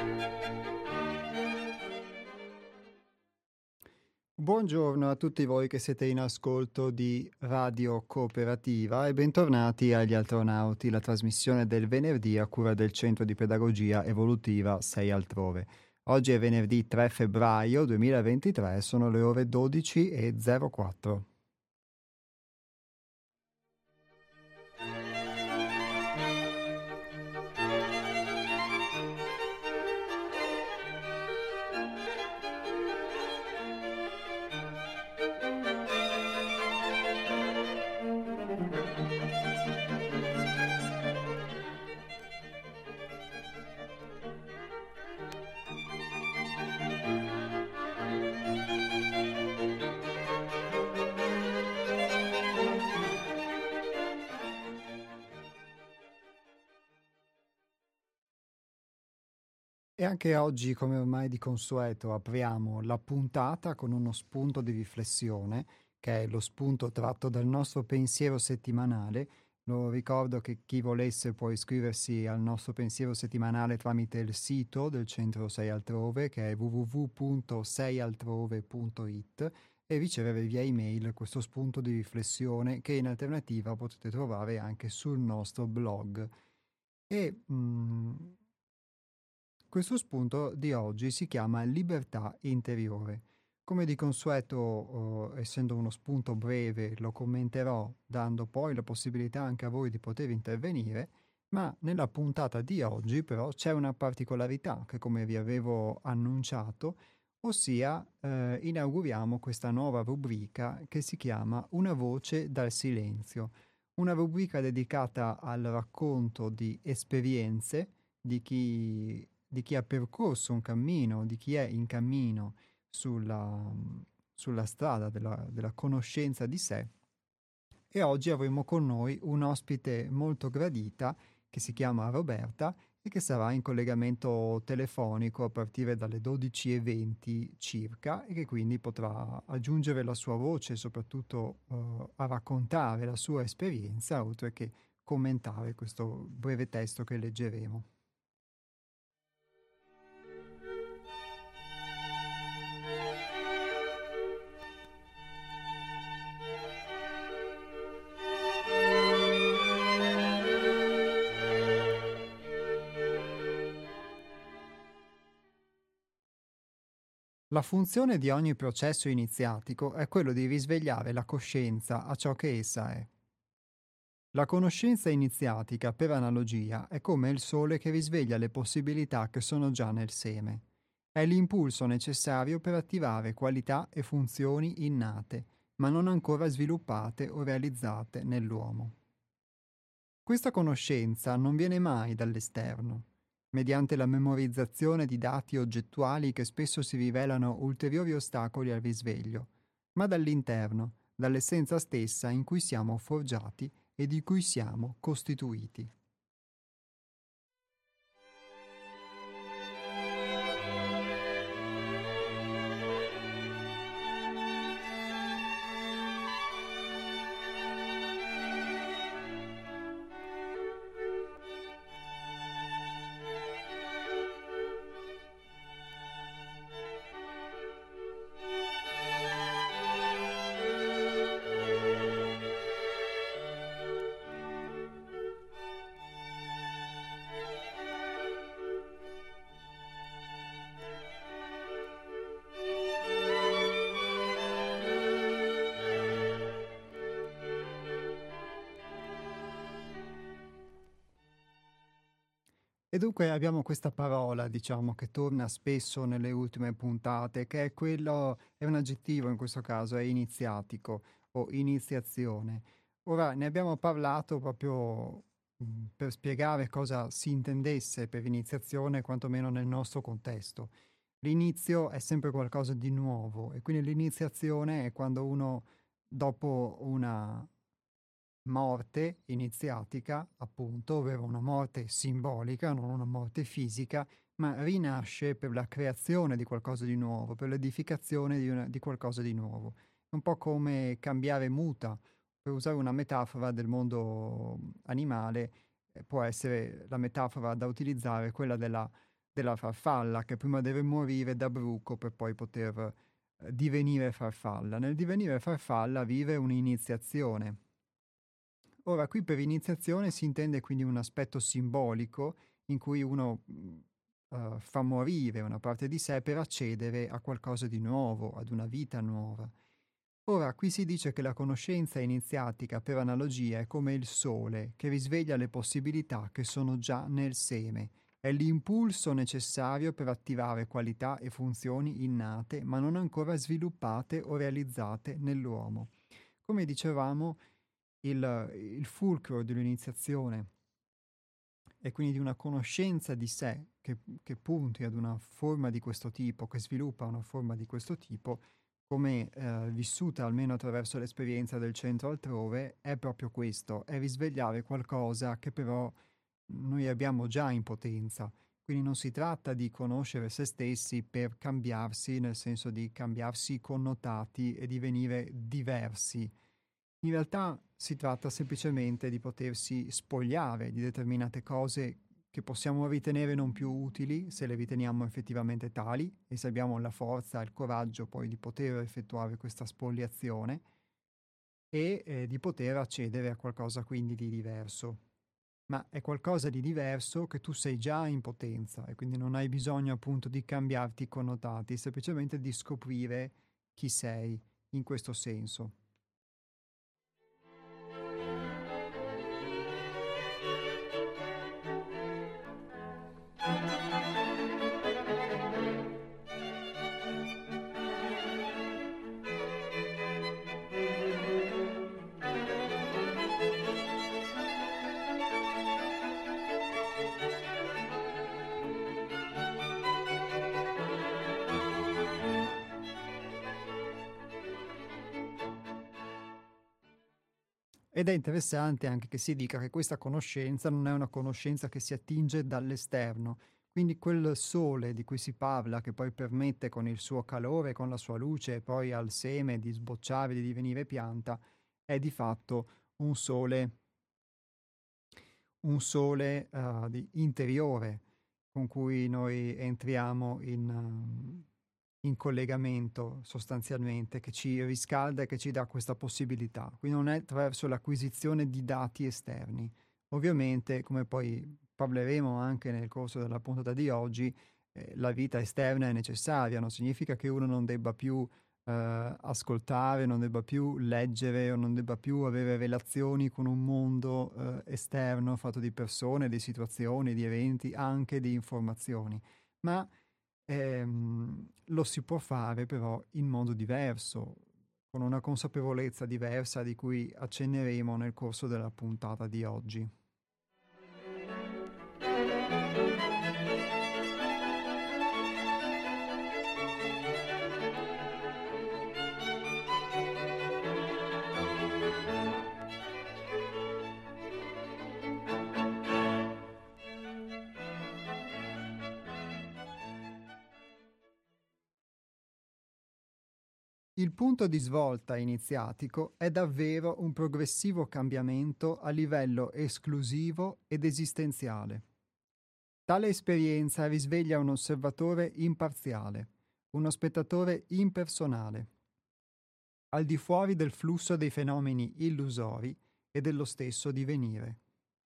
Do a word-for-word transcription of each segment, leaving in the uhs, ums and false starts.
Buongiorno a tutti voi che siete in ascolto di Radio Cooperativa e bentornati agli Altronauti, la trasmissione del venerdì a cura del Centro di Pedagogia Evolutiva sei Altrove. Oggi è venerdì tre febbraio duemilaventitré, sono le ore dodici e zero quattro. E anche oggi, come ormai di consueto, apriamo la puntata con uno spunto di riflessione, che è lo spunto tratto dal nostro pensiero settimanale. Lo ricordo che chi volesse può iscriversi al nostro pensiero settimanale tramite il sito del Centro sei Altrove, che è w w w punto sei altrove punto i t, e ricevere via email questo spunto di riflessione che in alternativa potete trovare anche sul nostro blog. E mm, questo spunto di oggi si chiama libertà interiore. Come di consueto, eh, essendo uno spunto breve, lo commenterò dando poi la possibilità anche a voi di poter intervenire, ma nella puntata di oggi però c'è una particolarità che, come vi avevo annunciato, ossia eh, inauguriamo questa nuova rubrica che si chiama Una voce dal silenzio, una rubrica dedicata al racconto di esperienze di chi, di chi ha percorso un cammino, di chi è in cammino sulla, sulla strada della, della conoscenza di sé. E oggi avremo con noi un ospite molto gradita che si chiama Roberta e che sarà in collegamento telefonico a partire dalle dodici e venti circa, e che quindi potrà aggiungere la sua voce e soprattutto eh, a raccontare la sua esperienza, oltre che commentare questo breve testo che leggeremo. La funzione di ogni processo iniziatico è quello di risvegliare la coscienza a ciò che essa è. La conoscenza iniziatica, per analogia, è come il sole che risveglia le possibilità che sono già nel seme. È l'impulso necessario per attivare qualità e funzioni innate, ma non ancora sviluppate o realizzate nell'uomo. Questa conoscenza non viene mai dall'esterno, mediante la memorizzazione di dati oggettuali che spesso si rivelano ulteriori ostacoli al risveglio, ma dall'interno, dall'essenza stessa in cui siamo forgiati e di cui siamo costituiti. E dunque abbiamo questa parola, diciamo, che torna spesso nelle ultime puntate, che è quello, è un aggettivo in questo caso, è iniziatico o iniziazione. Ora ne abbiamo parlato proprio mh, per spiegare cosa si intendesse per iniziazione, quantomeno nel nostro contesto. L'inizio è sempre qualcosa di nuovo e quindi l'iniziazione è quando uno, dopo una morte iniziatica, appunto, ovvero una morte simbolica, non una morte fisica, ma rinasce per la creazione di qualcosa di nuovo, per l'edificazione di, una- di qualcosa di nuovo. È un po' come cambiare muta, per usare una metafora del mondo animale, eh, può essere la metafora da utilizzare quella della della farfalla, che prima deve morire da bruco per poi poter eh, divenire farfalla. Nel divenire farfalla vive un'iniziazione. Ora, qui per iniziazione si intende quindi un aspetto simbolico in cui uno mh, eh, fa morire una parte di sé per accedere a qualcosa di nuovo, ad una vita nuova. Ora, qui si dice che la conoscenza iniziatica, per analogia, è come il sole che risveglia le possibilità che sono già nel seme. È l'impulso necessario per attivare qualità e funzioni innate, ma non ancora sviluppate o realizzate nell'uomo. Come dicevamo, il, il fulcro dell'iniziazione e quindi di una conoscenza di sé che, che punti ad una forma di questo tipo, che sviluppa una forma di questo tipo, come eh, vissuta almeno attraverso l'esperienza del centro altrove, è proprio questo, è risvegliare qualcosa che però noi abbiamo già in potenza. Quindi non si tratta di conoscere se stessi per cambiarsi, nel senso di cambiarsi i connotati e divenire diversi. In realtà si tratta semplicemente di potersi spogliare di determinate cose che possiamo ritenere non più utili se le riteniamo effettivamente tali e se abbiamo la forza e il coraggio poi di poter effettuare questa spoliazione e eh, di poter accedere a qualcosa quindi di diverso. Ma è qualcosa di diverso che tu sei già in potenza e quindi non hai bisogno appunto di cambiarti i connotati, semplicemente di scoprire chi sei in questo senso. Ed è interessante anche che si dica che questa conoscenza non è una conoscenza che si attinge dall'esterno, quindi quel sole di cui si parla, che poi permette con il suo calore, con la sua luce, poi al seme di sbocciare, di divenire pianta, è di fatto un sole, un sole uh, di interiore con cui noi entriamo in, um, in collegamento sostanzialmente, che ci riscalda e che ci dà questa possibilità. Quindi non è attraverso l'acquisizione di dati esterni. Ovviamente, come poi parleremo anche nel corso della puntata di oggi, eh, la vita esterna è necessaria, non significa che uno non debba più eh, ascoltare, non debba più leggere o non debba più avere relazioni con un mondo eh, esterno fatto di persone, di situazioni, di eventi, anche di informazioni. Ma ehm, lo si può fare però in modo diverso, con una consapevolezza diversa di cui accenneremo nel corso della puntata di oggi. Il punto di svolta iniziatico è davvero un progressivo cambiamento a livello esclusivo ed esistenziale. Tale esperienza risveglia un osservatore imparziale, uno spettatore impersonale, al di fuori del flusso dei fenomeni illusori e dello stesso divenire.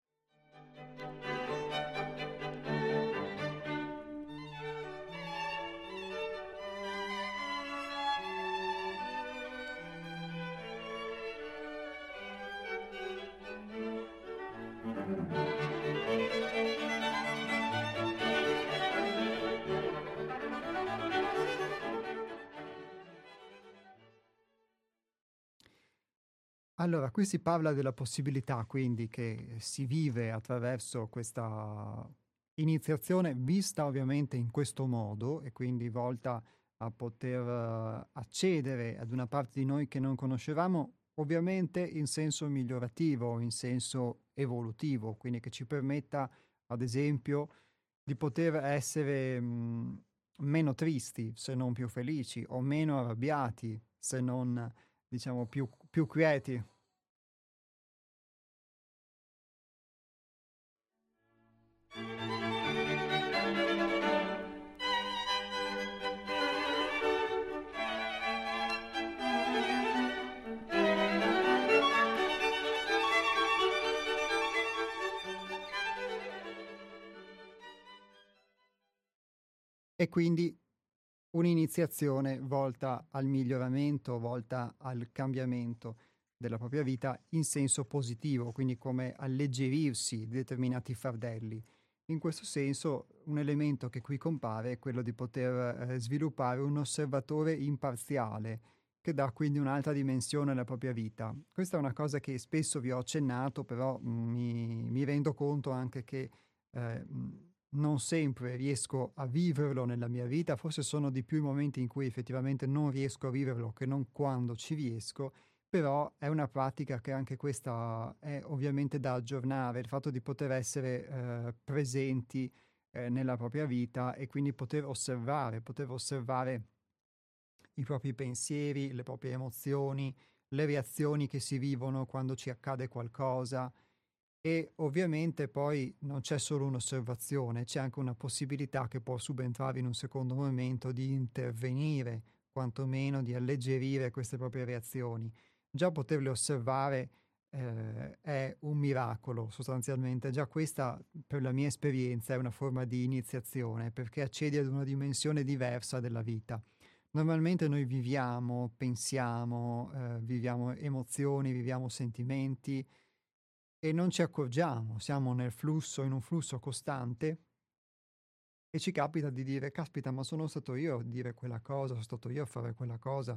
Allora, qui si parla della possibilità quindi che si vive attraverso questa iniziazione vista ovviamente in questo modo e quindi volta a poter eh, accedere ad una parte di noi che non conoscevamo, ovviamente in senso migliorativo, in senso evolutivo, quindi che ci permetta, ad esempio, di poter essere mh, meno tristi se non più felici o meno arrabbiati se non, diciamo, più, più quieti. e quindi un'iniziazione volta al miglioramento, volta al cambiamento della propria vita in senso positivo, quindi come alleggerirsi di determinati fardelli. In questo senso, un elemento che qui compare è quello di poter eh, sviluppare un osservatore imparziale, che dà quindi un'altra dimensione alla propria vita. Questa è una cosa che spesso vi ho accennato, però mm, mi, mi rendo conto anche che eh, mh, non sempre riesco a viverlo nella mia vita, forse sono di più i momenti in cui effettivamente non riesco a viverlo che non quando ci riesco, però è una pratica che anche questa è ovviamente da aggiornare, il fatto di poter essere eh, presenti eh, nella propria vita e quindi poter osservare, poter osservare i propri pensieri, le proprie emozioni, le reazioni che si vivono quando ci accade qualcosa. E ovviamente poi non c'è solo un'osservazione, c'è anche una possibilità che può subentrare in un secondo momento di intervenire, quantomeno di alleggerire queste proprie reazioni. Già poterle osservare eh, è un miracolo sostanzialmente, già questa per la mia esperienza è una forma di iniziazione perché accedi ad una dimensione diversa della vita. Normalmente noi viviamo, pensiamo, eh, viviamo emozioni, viviamo sentimenti e non ci accorgiamo, siamo nel flusso, in un flusso costante e ci capita di dire, caspita, ma sono stato io a dire quella cosa, sono stato io a fare quella cosa.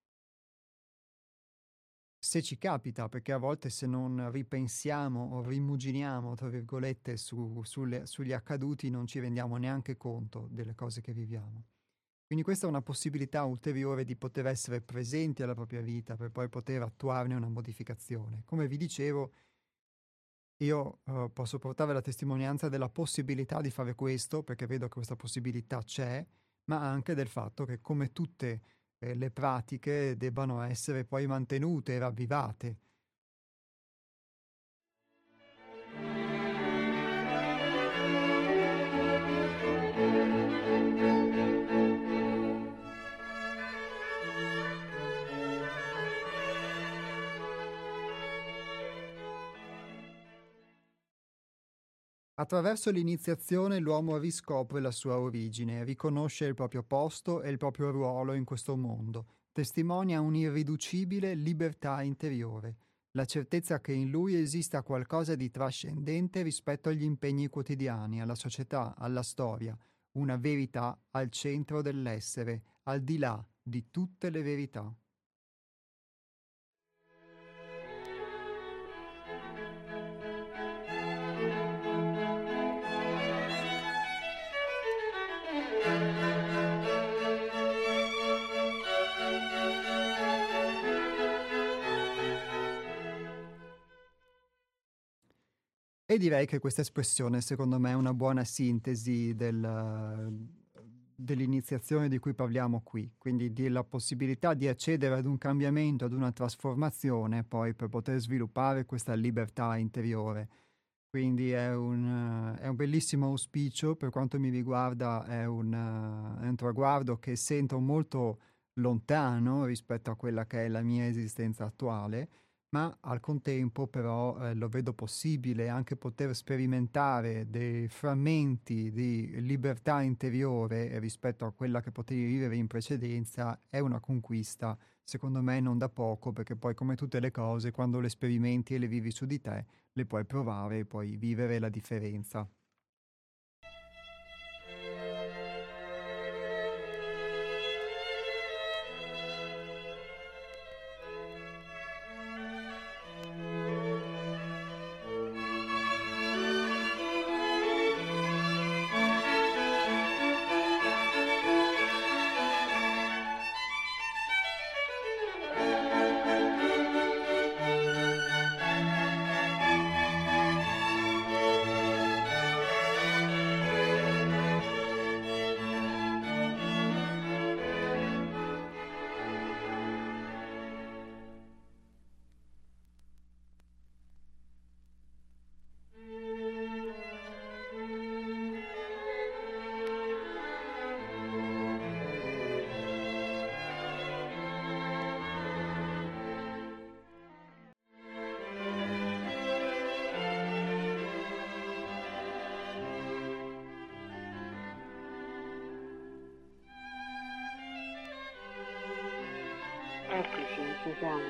Se ci capita, perché a volte se non ripensiamo o rimuginiamo, tra virgolette, su- sulle- sugli accaduti non ci rendiamo neanche conto delle cose che viviamo. Quindi questa è una possibilità ulteriore di poter essere presenti alla propria vita per poi poter attuarne una modificazione. Come vi dicevo, io, uhm, posso portare la testimonianza della possibilità di fare questo, perché vedo che questa possibilità c'è, ma anche del fatto che come tutte, ehm, le pratiche debbano essere poi mantenute e ravvivate. Attraverso l'iniziazione l'uomo riscopre la sua origine, riconosce il proprio posto e il proprio ruolo in questo mondo, testimonia un'irriducibile libertà interiore, la certezza che in lui esista qualcosa di trascendente rispetto agli impegni quotidiani, alla società, alla storia, una verità al centro dell'essere, al di là di tutte le verità. E direi che questa espressione secondo me è una buona sintesi del dell'iniziazione di cui parliamo qui, quindi della possibilità di accedere ad un cambiamento, ad una trasformazione, poi per poter sviluppare questa libertà interiore. Quindi è un, eh, è un bellissimo auspicio, per quanto mi riguarda è un, eh, è un traguardo che sento molto lontano rispetto a quella che è la mia esistenza attuale, ma al contempo però eh, lo vedo possibile anche poter sperimentare dei frammenti di libertà interiore rispetto a quella che potevi vivere in precedenza è una conquista, secondo me non da poco, perché poi come tutte le cose, quando le sperimenti e le vivi su di te, le puoi provare e puoi vivere la differenza. Eccoci, ci siamo.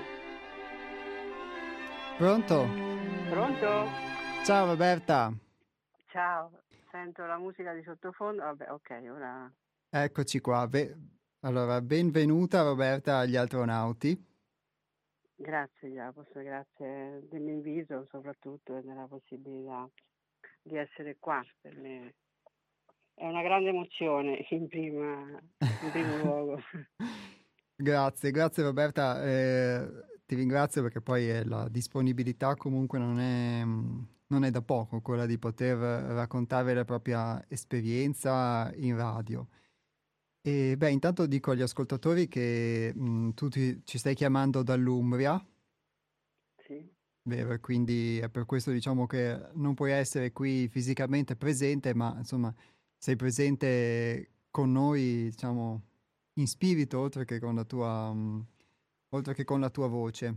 Pronto? Pronto? Ciao Roberta, Ciao, sento la musica di sottofondo. Vabbè, ok, ora eccoci qua. Be- allora, benvenuta Roberta agli astronauti. grazie Jacopo, grazie dell'invito soprattutto e della possibilità di essere qua. Per me è una grande emozione in prima, in primo luogo. Grazie, grazie Roberta, eh, ti ringrazio perché poi eh, la disponibilità comunque non è, mm, non è da poco, quella di poter raccontare la propria esperienza in radio. E beh, intanto dico agli ascoltatori che mm, tu ti- ci stai chiamando dall'Umbria, Sì. vero? E quindi è per questo diciamo che non puoi essere qui fisicamente presente, ma insomma sei presente con noi, diciamo, in spirito, oltre che con la tua, mm, oltre che con la tua voce.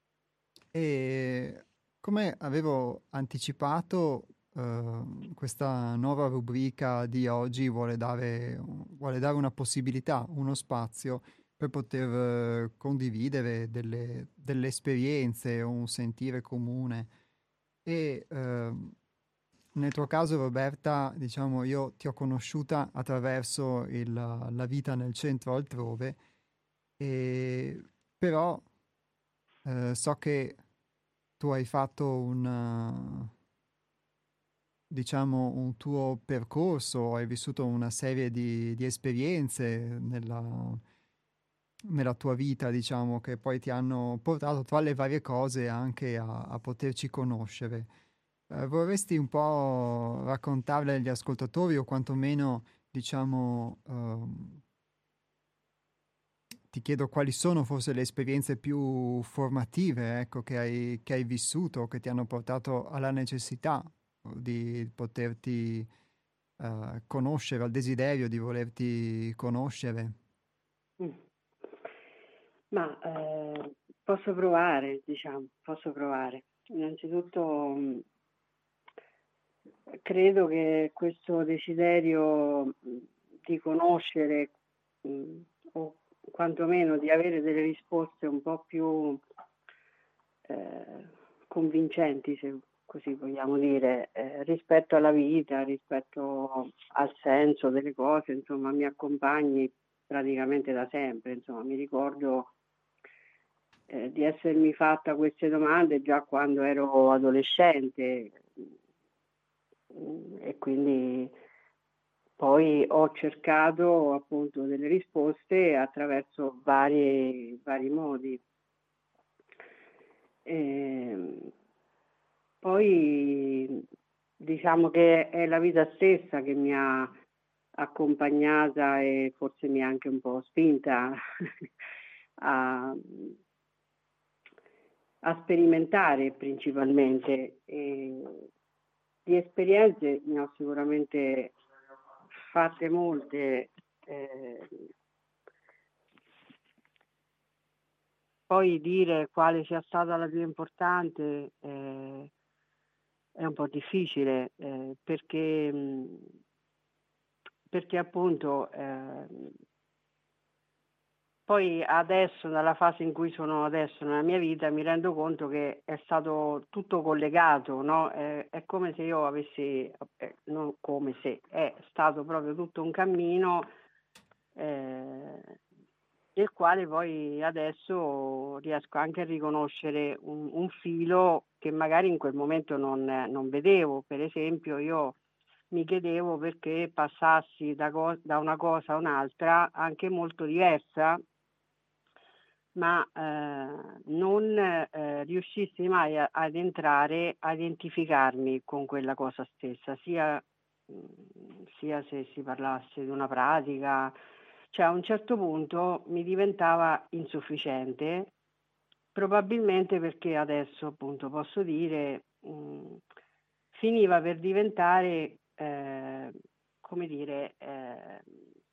E come avevo anticipato, eh, questa nuova rubrica di oggi vuole dare, vuole dare una possibilità, uno spazio per poter eh, condividere delle, delle esperienze o un sentire comune. E ehm, nel tuo caso, Roberta, diciamo, io ti ho conosciuta attraverso il- la vita nel centro altrove, e però eh, so che tu hai fatto un, eh, diciamo, un tuo percorso, hai vissuto una serie di, di esperienze nella, nella tua vita, diciamo, che poi ti hanno portato tra le varie cose anche a, a poterci conoscere. Eh, vorresti un po' raccontarle agli ascoltatori o quantomeno, diciamo, ehm, ti chiedo quali sono forse le esperienze più formative, ecco, che hai, che hai vissuto, che ti hanno portato alla necessità di poterti eh, conoscere, al desiderio di volerti conoscere. Mm. Ma eh, posso provare, diciamo, posso provare. Innanzitutto mh, credo che questo desiderio mh, di conoscere mh, o quantomeno di avere delle risposte un po' più eh, convincenti, se così vogliamo dire, eh, rispetto alla vita, rispetto al senso delle cose, insomma, mi accompagni praticamente da sempre. Insomma, mi ricordo eh, di essermi fatta queste domande già quando ero adolescente. Mm, e quindi poi ho cercato appunto delle risposte attraverso varie, vari modi. E poi diciamo che è la vita stessa che mi ha accompagnata e forse mi ha anche un po' spinta a, a sperimentare principalmente. E di esperienze ne ho sicuramente fatte molte. Eh, poi dire quale sia stata la più importante eh, è un po' difficile eh, perché, mh, perché appunto eh, poi adesso, nella fase in cui sono adesso nella mia vita, mi rendo conto che è stato tutto collegato, no? È, è come se io avessi, eh, non come se, è stato proprio tutto un cammino eh, nel quale poi adesso riesco anche a riconoscere un, un filo che magari in quel momento non, non vedevo. Per esempio, io mi chiedevo perché passassi da, co- da una cosa a un'altra anche molto diversa, ma eh, non eh, riuscissi mai a- ad entrare, a identificarmi con quella cosa stessa, sia, mh, sia se si parlasse di una pratica, cioè a un certo punto mi diventava insufficiente, probabilmente perché adesso appunto posso dire, mh, finiva per diventare, eh, come dire, eh,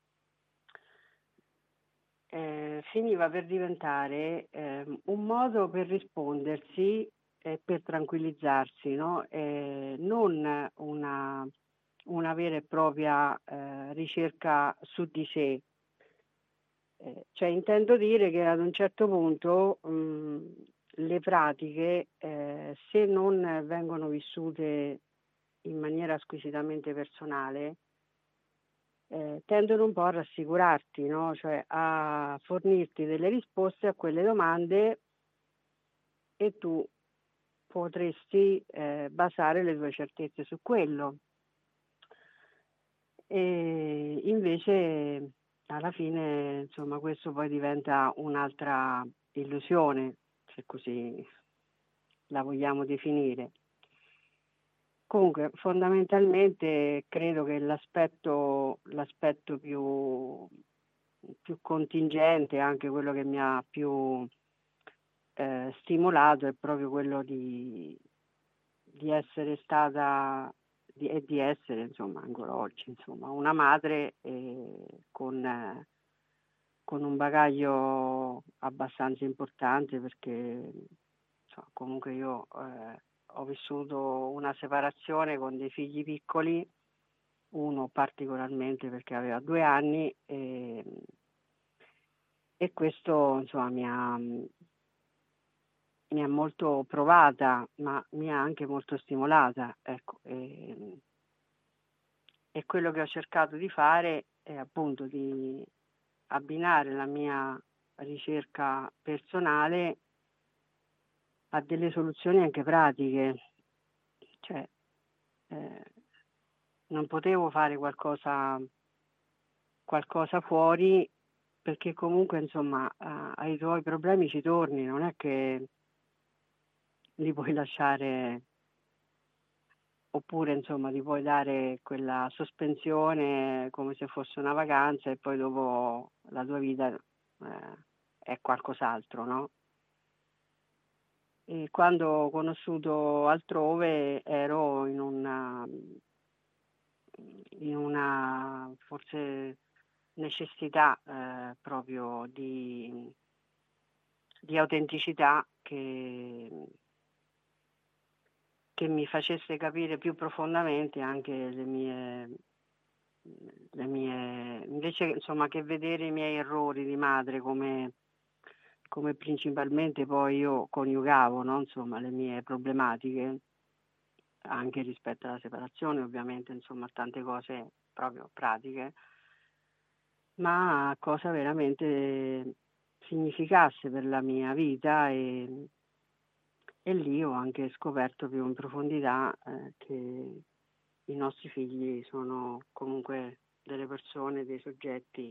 eh, finiva per diventare ehm, un modo per rispondersi e per tranquillizzarsi, no? Eh, non una, una vera e propria eh, ricerca su di sé. Eh, cioè intendo dire che ad un certo punto mh, le pratiche, eh, se non vengono vissute in maniera squisitamente personale, eh, tendono un po' a rassicurarti, no? Cioè a fornirti delle risposte a quelle domande e tu potresti eh, basare le tue certezze su quello. E invece alla fine, insomma, questo poi diventa un'altra illusione, se così la vogliamo definire. Comunque, fondamentalmente credo che l'aspetto, l'aspetto più, più contingente, anche quello che mi ha più eh, stimolato, è proprio quello di, di essere stata di, e di essere, insomma, ancora oggi, insomma, una madre eh, con, eh, con un bagaglio abbastanza importante perché insomma, comunque io eh, ho vissuto una separazione con dei figli piccoli, uno particolarmente perché aveva due anni e, e questo insomma mi ha, mi ha molto provata, ma mi ha anche molto stimolata, ecco. E, e quello che ho cercato di fare è appunto di abbinare la mia ricerca personale a delle soluzioni anche pratiche, cioè eh, non potevo fare qualcosa, qualcosa fuori perché comunque insomma a- ai tuoi problemi ci torni, non è che li puoi lasciare oppure insomma ti puoi dare quella sospensione come se fosse una vacanza e poi dopo la tua vita eh, è qualcos'altro, no? E quando ho conosciuto altrove ero in una, in una forse necessità eh, proprio di, di autenticità che, che mi facesse capire più profondamente anche le mie, le mie, invece insomma che vedere i miei errori di madre come, come principalmente poi io coniugavo, no? Insomma, le mie problematiche anche rispetto alla separazione, ovviamente, insomma, tante cose proprio pratiche, ma cosa veramente significasse per la mia vita e, e lì ho anche scoperto più in profondità eh, che i nostri figli sono comunque delle persone, dei soggetti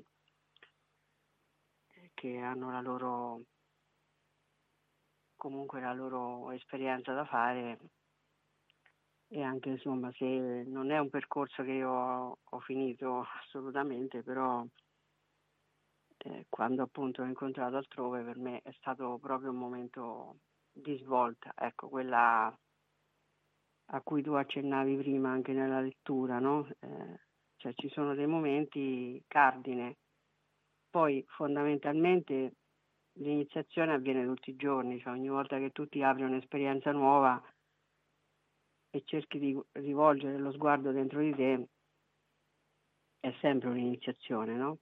che hanno la loro comunque la loro esperienza da fare e anche insomma se non è un percorso che io ho, ho finito assolutamente, però eh, quando appunto ho incontrato altrove per me è stato proprio un momento di svolta, ecco, quella a cui tu accennavi prima anche nella lettura, no? Eh, cioè ci sono dei momenti cardine, poi fondamentalmente l'iniziazione avviene tutti i giorni, cioè ogni volta che tu ti apri un'esperienza nuova e cerchi di rivolgere lo sguardo dentro di te, è sempre un'iniziazione, no?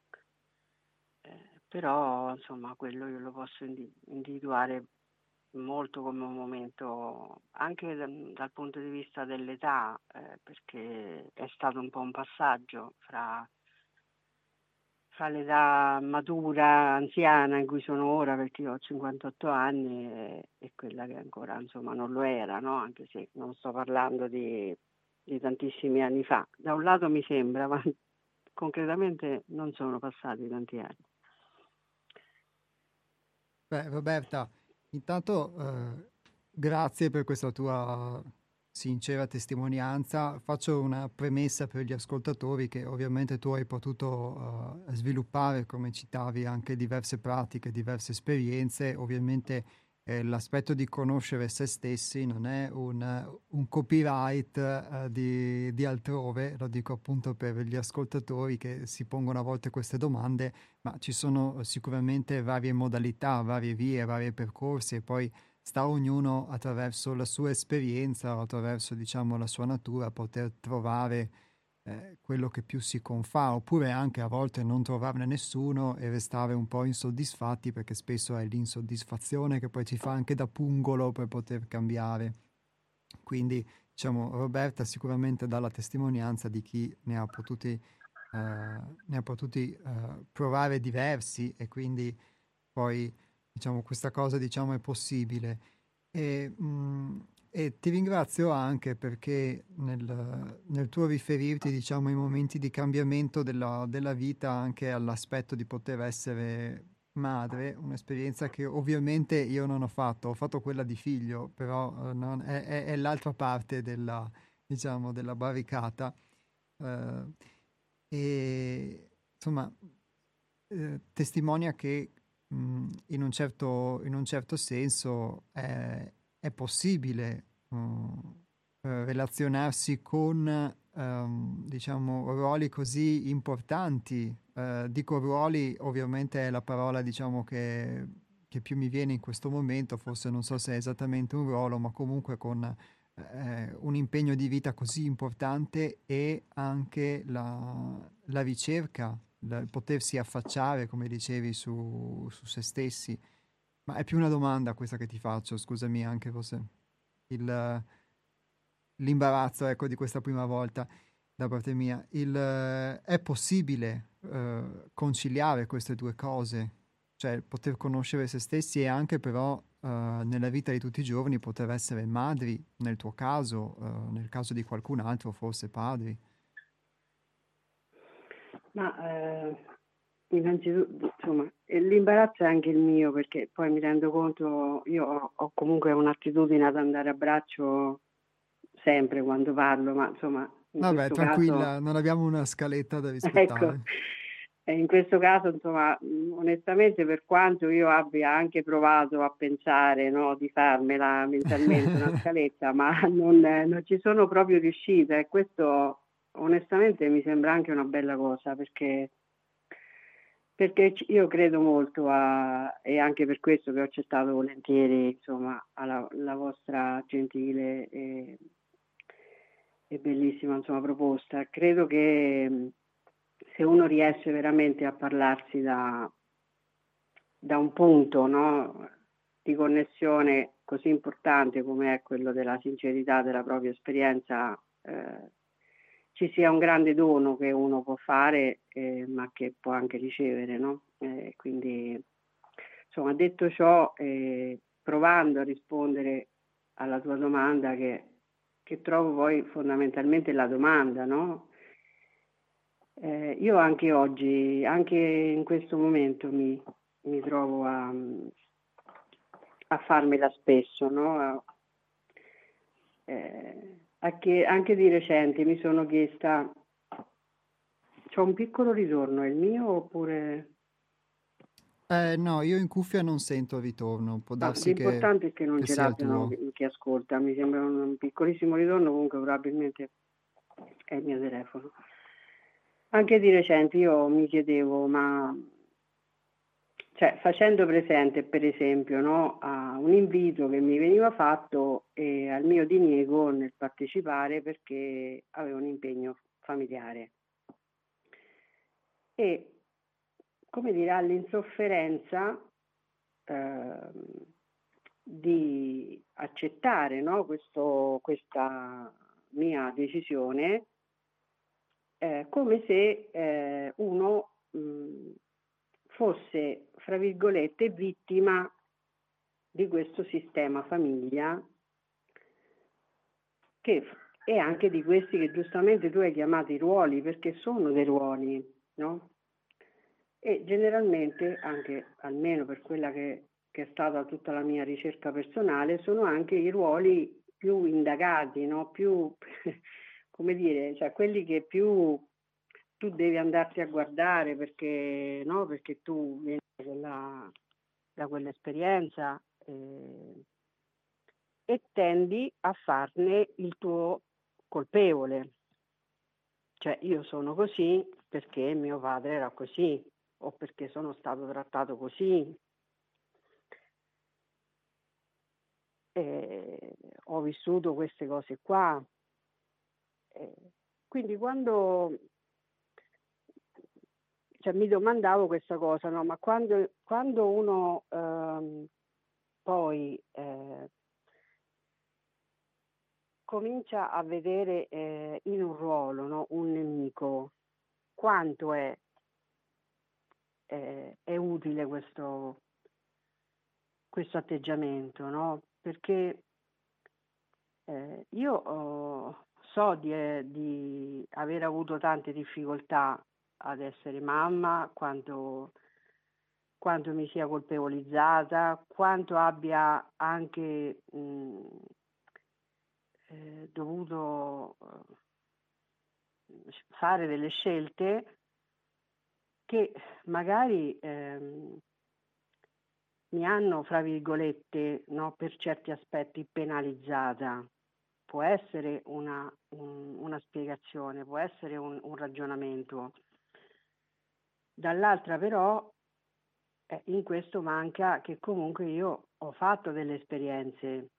Eh, però insomma quello io lo posso indi- individuare molto come un momento anche dal, dal punto di vista dell'età, eh, perché è stato un po' un passaggio fra, fra l'età matura, anziana in cui sono ora, perché io ho cinquantotto anni, e, e quella che ancora insomma non lo era, no? Anche se non sto parlando di, di tantissimi anni fa. Da un lato mi sembra, ma concretamente non sono passati tanti anni. Beh, Roberta, intanto eh, grazie per questa tua sincera testimonianza. Faccio una premessa per gli ascoltatori che ovviamente tu hai potuto eh, sviluppare, come citavi, anche diverse pratiche, diverse esperienze. Ovviamente eh, l'aspetto di conoscere se stessi non è un, un copyright eh, di, di altrove, lo dico appunto per gli ascoltatori che si pongono a volte queste domande, ma ci sono sicuramente varie modalità, varie vie, vari percorsi e poi sta a ognuno attraverso la sua esperienza o attraverso, diciamo, la sua natura poter trovare eh, quello che più si confà, oppure anche a volte non trovarne nessuno e restare un po' insoddisfatti, perché spesso è l'insoddisfazione che poi ci fa anche da pungolo per poter cambiare. Quindi, diciamo, Roberta sicuramente dà la testimonianza di chi ne ha potuti, eh, ne ha potuti eh, provare diversi, e quindi poi, diciamo, questa cosa, diciamo, è possibile. E, mh, e ti ringrazio anche perché nel, nel tuo riferirti, diciamo, ai momenti di cambiamento della, della vita, anche all'aspetto di poter essere madre, un'esperienza che ovviamente io non ho fatto, ho fatto quella di figlio, però eh, non- è, è- è l'altra parte della, diciamo, della barricata. eh, e insomma, eh, testimonia che mh, in un certo, in un certo senso è, è possibile mh, eh, relazionarsi con ehm, diciamo ruoli così importanti. Eh, dico ruoli, ovviamente è la parola, diciamo, che, che più mi viene in questo momento, forse non so se è esattamente un ruolo, ma comunque con eh, un impegno di vita così importante, e anche la, la ricerca, la- il potersi affacciare, come dicevi, su, su se stessi. Ma è più una domanda questa che ti faccio, scusami, anche forse il, l'imbarazzo, ecco, di questa prima volta da parte mia. Il, eh, è possibile eh, conciliare queste due cose? Cioè poter conoscere se stessi e anche però eh, nella vita di tutti i giorni poter essere madri, nel tuo caso, eh, nel caso di qualcun altro, forse padri. Ma eh, innanzitutto, insomma, eh, l'imbarazzo è anche il mio, perché poi mi rendo conto, io ho, ho comunque un'attitudine ad andare a braccio sempre quando parlo, ma insomma, in Vabbè, questo caso, tranquilla, non abbiamo una scaletta da ecco, rispettare. e in questo caso, insomma, mh, onestamente, per quanto io abbia anche provato a pensare, no, di farmela mentalmente una scaletta, ma non, non ci sono proprio riuscita, e questo onestamente mi sembra anche una bella cosa, perché perché ci- io credo molto a, e anche per questo che ho accettato volentieri, insomma, alla, la vostra gentile e, e bellissima, insomma, proposta. Credo che mh, se uno riesce veramente a parlarsi da, da un punto, no, di connessione così importante come è quello della sincerità della propria esperienza, eh, ci sia un grande dono che uno può fare, eh, ma che può anche ricevere, no? Eh, quindi, insomma, detto ciò, eh, provando a rispondere alla tua domanda, che, che trovo poi fondamentalmente la domanda, no? Eh, io anche oggi, anche in questo momento mi, mi trovo a, a farmela spesso, no? A- eh, a che- anche di recente mi sono chiesta, c'ho un piccolo ritorno, è il mio oppure... Eh, no, io in cuffia non sento il ritorno, può Ma darsi che, l'importante è che non che ce sia il l'abbiano tuo. chi chi ascolta, mi sembra un piccolissimo ritorno, comunque probabilmente è il mio telefono. Anche di recente io mi chiedevo, ma cioè, facendo presente, per esempio, no, a un invito che mi veniva fatto e al mio diniego nel partecipare perché avevo un impegno familiare. E, come dire, all'insofferenza ehm, di accettare, no, questo- questa mia decisione, eh, come se eh, uno mh, fosse, fra virgolette, vittima di questo sistema famiglia, che, e anche di questi che giustamente tu hai chiamato i ruoli, perché sono dei ruoli, no? E generalmente, anche almeno per quella che, che è stata tutta la mia ricerca personale, sono anche i ruoli più indagati, no? Più, come dire, cioè quelli che più tu devi andarti a guardare perché, no? Perché tu vieni da, quella- da quell'esperienza eh, e tendi a farne il tuo colpevole. Cioè io sono così perché mio padre era così o perché sono stato trattato così, e ho vissuto queste cose qua. E Quindi quando cioè, mi domandavo questa cosa, no? Ma quando, quando uno ehm, poi eh, comincia a vedere eh, in un ruolo, no, un nemico, quanto è, eh, è utile questo, questo atteggiamento, no? Perché eh, io oh, so di, eh, di aver avuto tante difficoltà ad essere mamma, quanto, quanto mi sia colpevolizzata, quanto abbia anche mh, eh, dovuto eh, fare delle scelte che magari ehm, mi hanno, fra virgolette, no, per certi aspetti penalizzata. Può essere una, un- una spiegazione, può essere un, un ragionamento. Dall'altra però eh, in questo manca che comunque io ho fatto delle esperienze,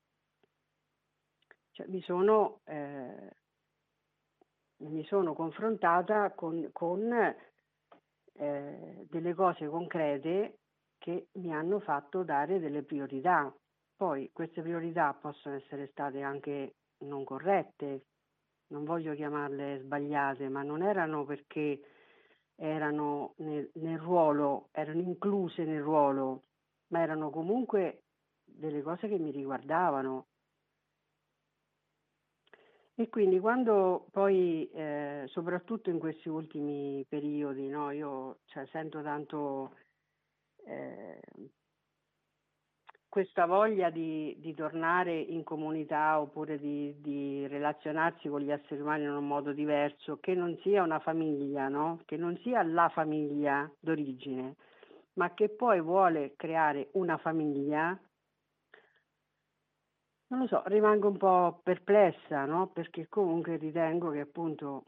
cioè mi sono, eh, mi sono confrontata con, con eh, delle cose concrete che mi hanno fatto dare delle priorità. Poi queste priorità possono essere state anche non corrette, non voglio chiamarle sbagliate, ma non erano perché erano nel, nel ruolo, erano incluse nel ruolo, ma erano comunque delle cose che mi riguardavano. E quindi quando poi, eh, soprattutto in questi ultimi periodi, no, io cioè, sento tanto eh, questa voglia di, di tornare in comunità oppure di, di relazionarsi con gli esseri umani in un modo diverso, che non sia una famiglia, no? Che non sia la famiglia d'origine, ma che poi vuole creare una famiglia. Non lo so, rimango un po' perplessa, no? Perché comunque ritengo che appunto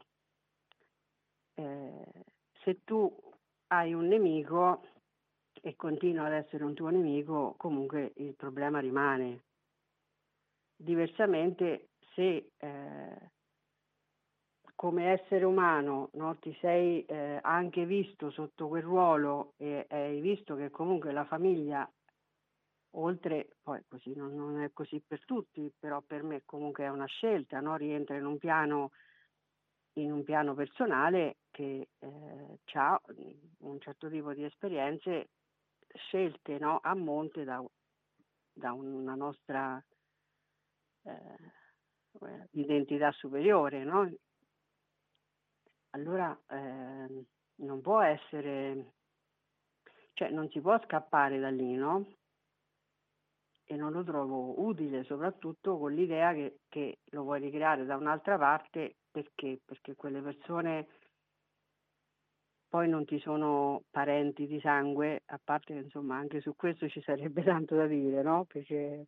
eh, se tu hai un nemico e continua ad essere un tuo nemico, comunque il problema rimane. Diversamente, se eh, come essere umano, no, ti sei eh, anche visto sotto quel ruolo e hai visto che comunque la famiglia, oltre, poi così non, non è così per tutti, però per me comunque è una scelta, no? Rientra in un piano, in un piano personale che eh, ha un certo tipo di esperienze scelte, no, a monte da, da una nostra eh, identità superiore, no? Allora ehm, non può essere, cioè non si può scappare da lì, no? E non lo trovo utile, soprattutto con l'idea che, che lo vuoi ricreare da un'altra parte, perché? Perché quelle persone poi non ti sono parenti di sangue, a parte che insomma anche su questo ci sarebbe tanto da dire, no? Perché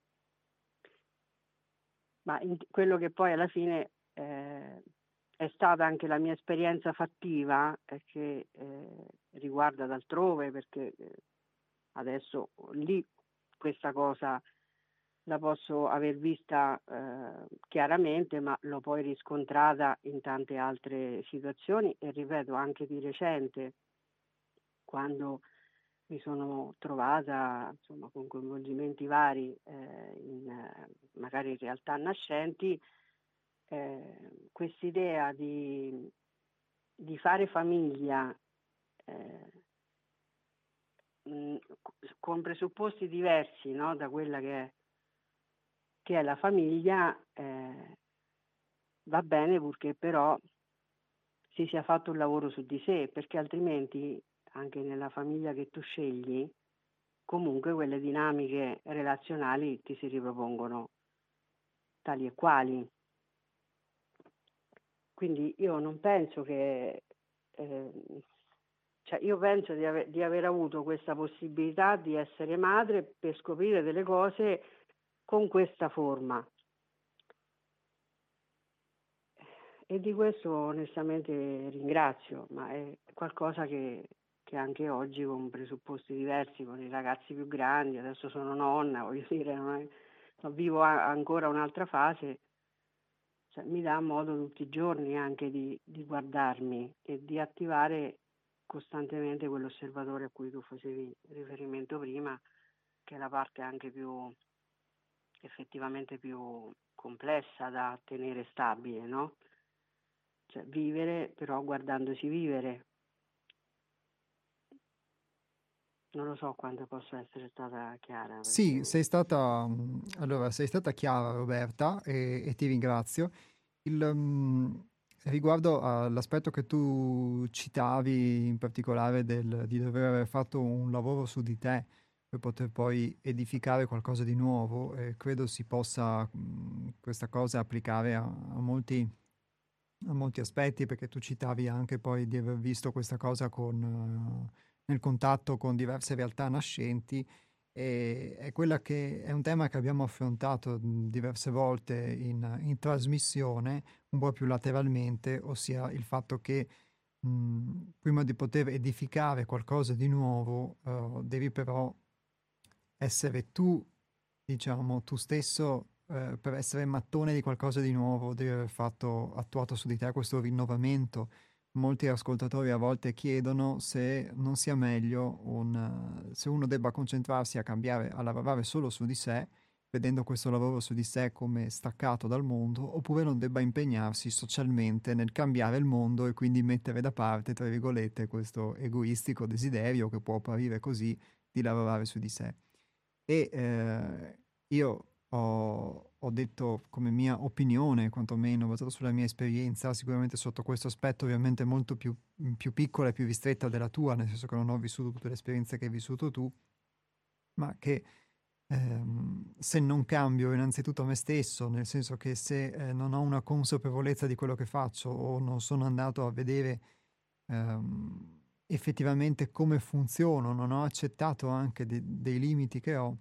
ma in- quello che poi alla fine eh, è stata anche la mia esperienza fattiva, eh, che eh, riguarda d'altrove, perché eh, adesso lì questa cosa la posso aver vista eh, chiaramente, ma l'ho poi riscontrata in tante altre situazioni e ripeto anche di recente, quando mi sono trovata insomma, con coinvolgimenti vari eh, in eh, magari in realtà nascenti, eh, quest'idea di, di fare famiglia eh, mh, con presupposti diversi, no, da quella che è, che è la famiglia, eh, va bene purché però si sia fatto un lavoro su di sé, perché altrimenti anche nella famiglia che tu scegli, comunque quelle dinamiche relazionali ti si ripropongono tali e quali. Quindi io non penso che, eh, cioè io penso di, ave- di aver avuto questa possibilità di essere madre per scoprire delle cose con questa forma. E di questo onestamente ringrazio, ma è qualcosa che, che anche oggi con presupposti diversi, con i ragazzi più grandi, adesso sono nonna, voglio dire, non è- non vivo a- ancora un'altra fase, cioè, mi dà modo tutti i giorni anche di, di guardarmi e di attivare costantemente quell'osservatore a cui tu facevi riferimento prima, che è la parte anche più effettivamente più complessa da tenere stabile, no? Cioè vivere però guardandosi vivere. Non lo so quanto posso essere stata chiara Sì, perché sei stata, mhmm, allora sei stata chiara Roberta e e ti ringrazio. Il mhmm, riguardo all'aspetto che tu citavi in particolare del di dover aver fatto un lavoro su di te per poter poi edificare qualcosa di nuovo, ehm, credo si possa, mhmm, questa cosa applicare a a molti a molti aspetti, perché tu citavi anche poi di aver visto questa cosa con eh, nel contatto con diverse realtà nascenti, e è quella che è un tema che abbiamo affrontato, mhmm, diverse volte in in trasmissione, un po' più lateralmente, ossia il fatto che, mhmm, prima di poter edificare qualcosa di nuovo, uhm, devi però essere tu, diciamo, tu stesso, ehm, per essere mattone di qualcosa di nuovo, devi aver fatto attuato su di te questo rinnovamento. Molti ascoltatori a volte chiedono se non sia meglio un se uno debba concentrarsi a cambiare a lavorare solo su di sé, vedendo questo lavoro su di sé come staccato dal mondo, oppure non debba impegnarsi socialmente nel cambiare il mondo e quindi mettere da parte, tra virgolette, questo egoistico desiderio che può apparire così di lavorare su di sé. E, ehm, io ho ho detto come mia opinione, quantomeno basata sulla mia esperienza, sicuramente sotto questo aspetto ovviamente molto più mhmm, più piccola e più ristretta della tua, nel senso che non ho vissuto tutte le esperienze che hai vissuto tu, ma che, ehm, se non cambio innanzitutto me stesso, nel senso che se, ehm, non ho una consapevolezza di quello che faccio o non sono andato a vedere, ehm, effettivamente come funziono, non ho accettato anche de dei limiti che ho,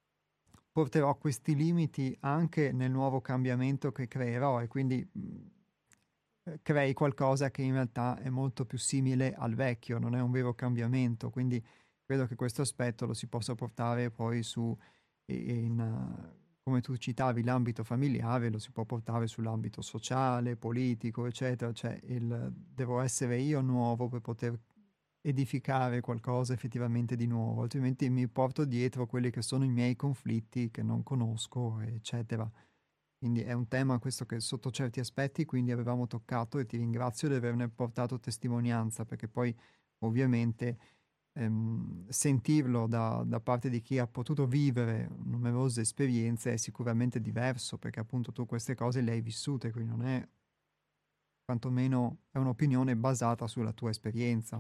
porterò questi limiti anche nel nuovo cambiamento che creerò e quindi, mhmm, ehm, crei qualcosa che in realtà è molto più simile al vecchio, non è un vero cambiamento. Quindi credo che questo aspetto lo si possa portare poi su i in eh, come tu citavi l'ambito familiare, lo si può portare sull'ambito sociale, politico, eccetera. Cioè il devo essere io nuovo per poter edificare qualcosa effettivamente di nuovo, altrimenti mi porto dietro quelli che sono i miei conflitti che non conosco, eccetera. Quindi è un tema questo che sotto certi aspetti quindi avevamo toccato e ti ringrazio di averne portato testimonianza, perché poi ovviamente ehm, sentirlo da, da parte di chi ha potuto vivere numerose esperienze è sicuramente diverso, perché appunto tu queste cose le hai vissute, quindi non è, quantomeno è un'opinione basata sulla tua esperienza.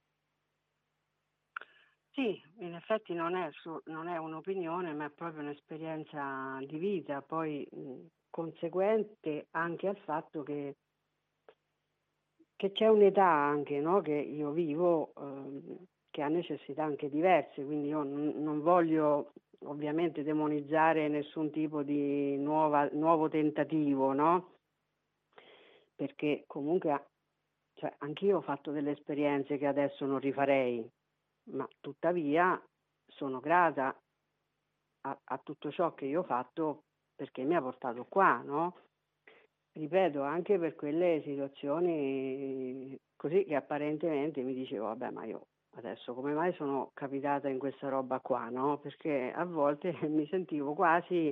sì, in effetti non è, su- non è un'opinione, ma è proprio un'esperienza di vita, poi mh, conseguente anche al fatto che, che c'è un'età anche, no, che io vivo, ehm, che ha necessità anche diverse, quindi io non, non voglio ovviamente demonizzare nessun tipo di nuova- nuovo tentativo, no? Perché comunque a- cioè, anch'io ho fatto delle esperienze che adesso non rifarei, ma tuttavia sono grata a, a tutto ciò che io ho fatto perché mi ha portato qua, no? Ripeto, anche per quelle situazioni così che apparentemente mi dicevo, vabbè, ma io adesso come mai sono capitata in questa roba qua, no? Perché a volte mi sentivo quasi,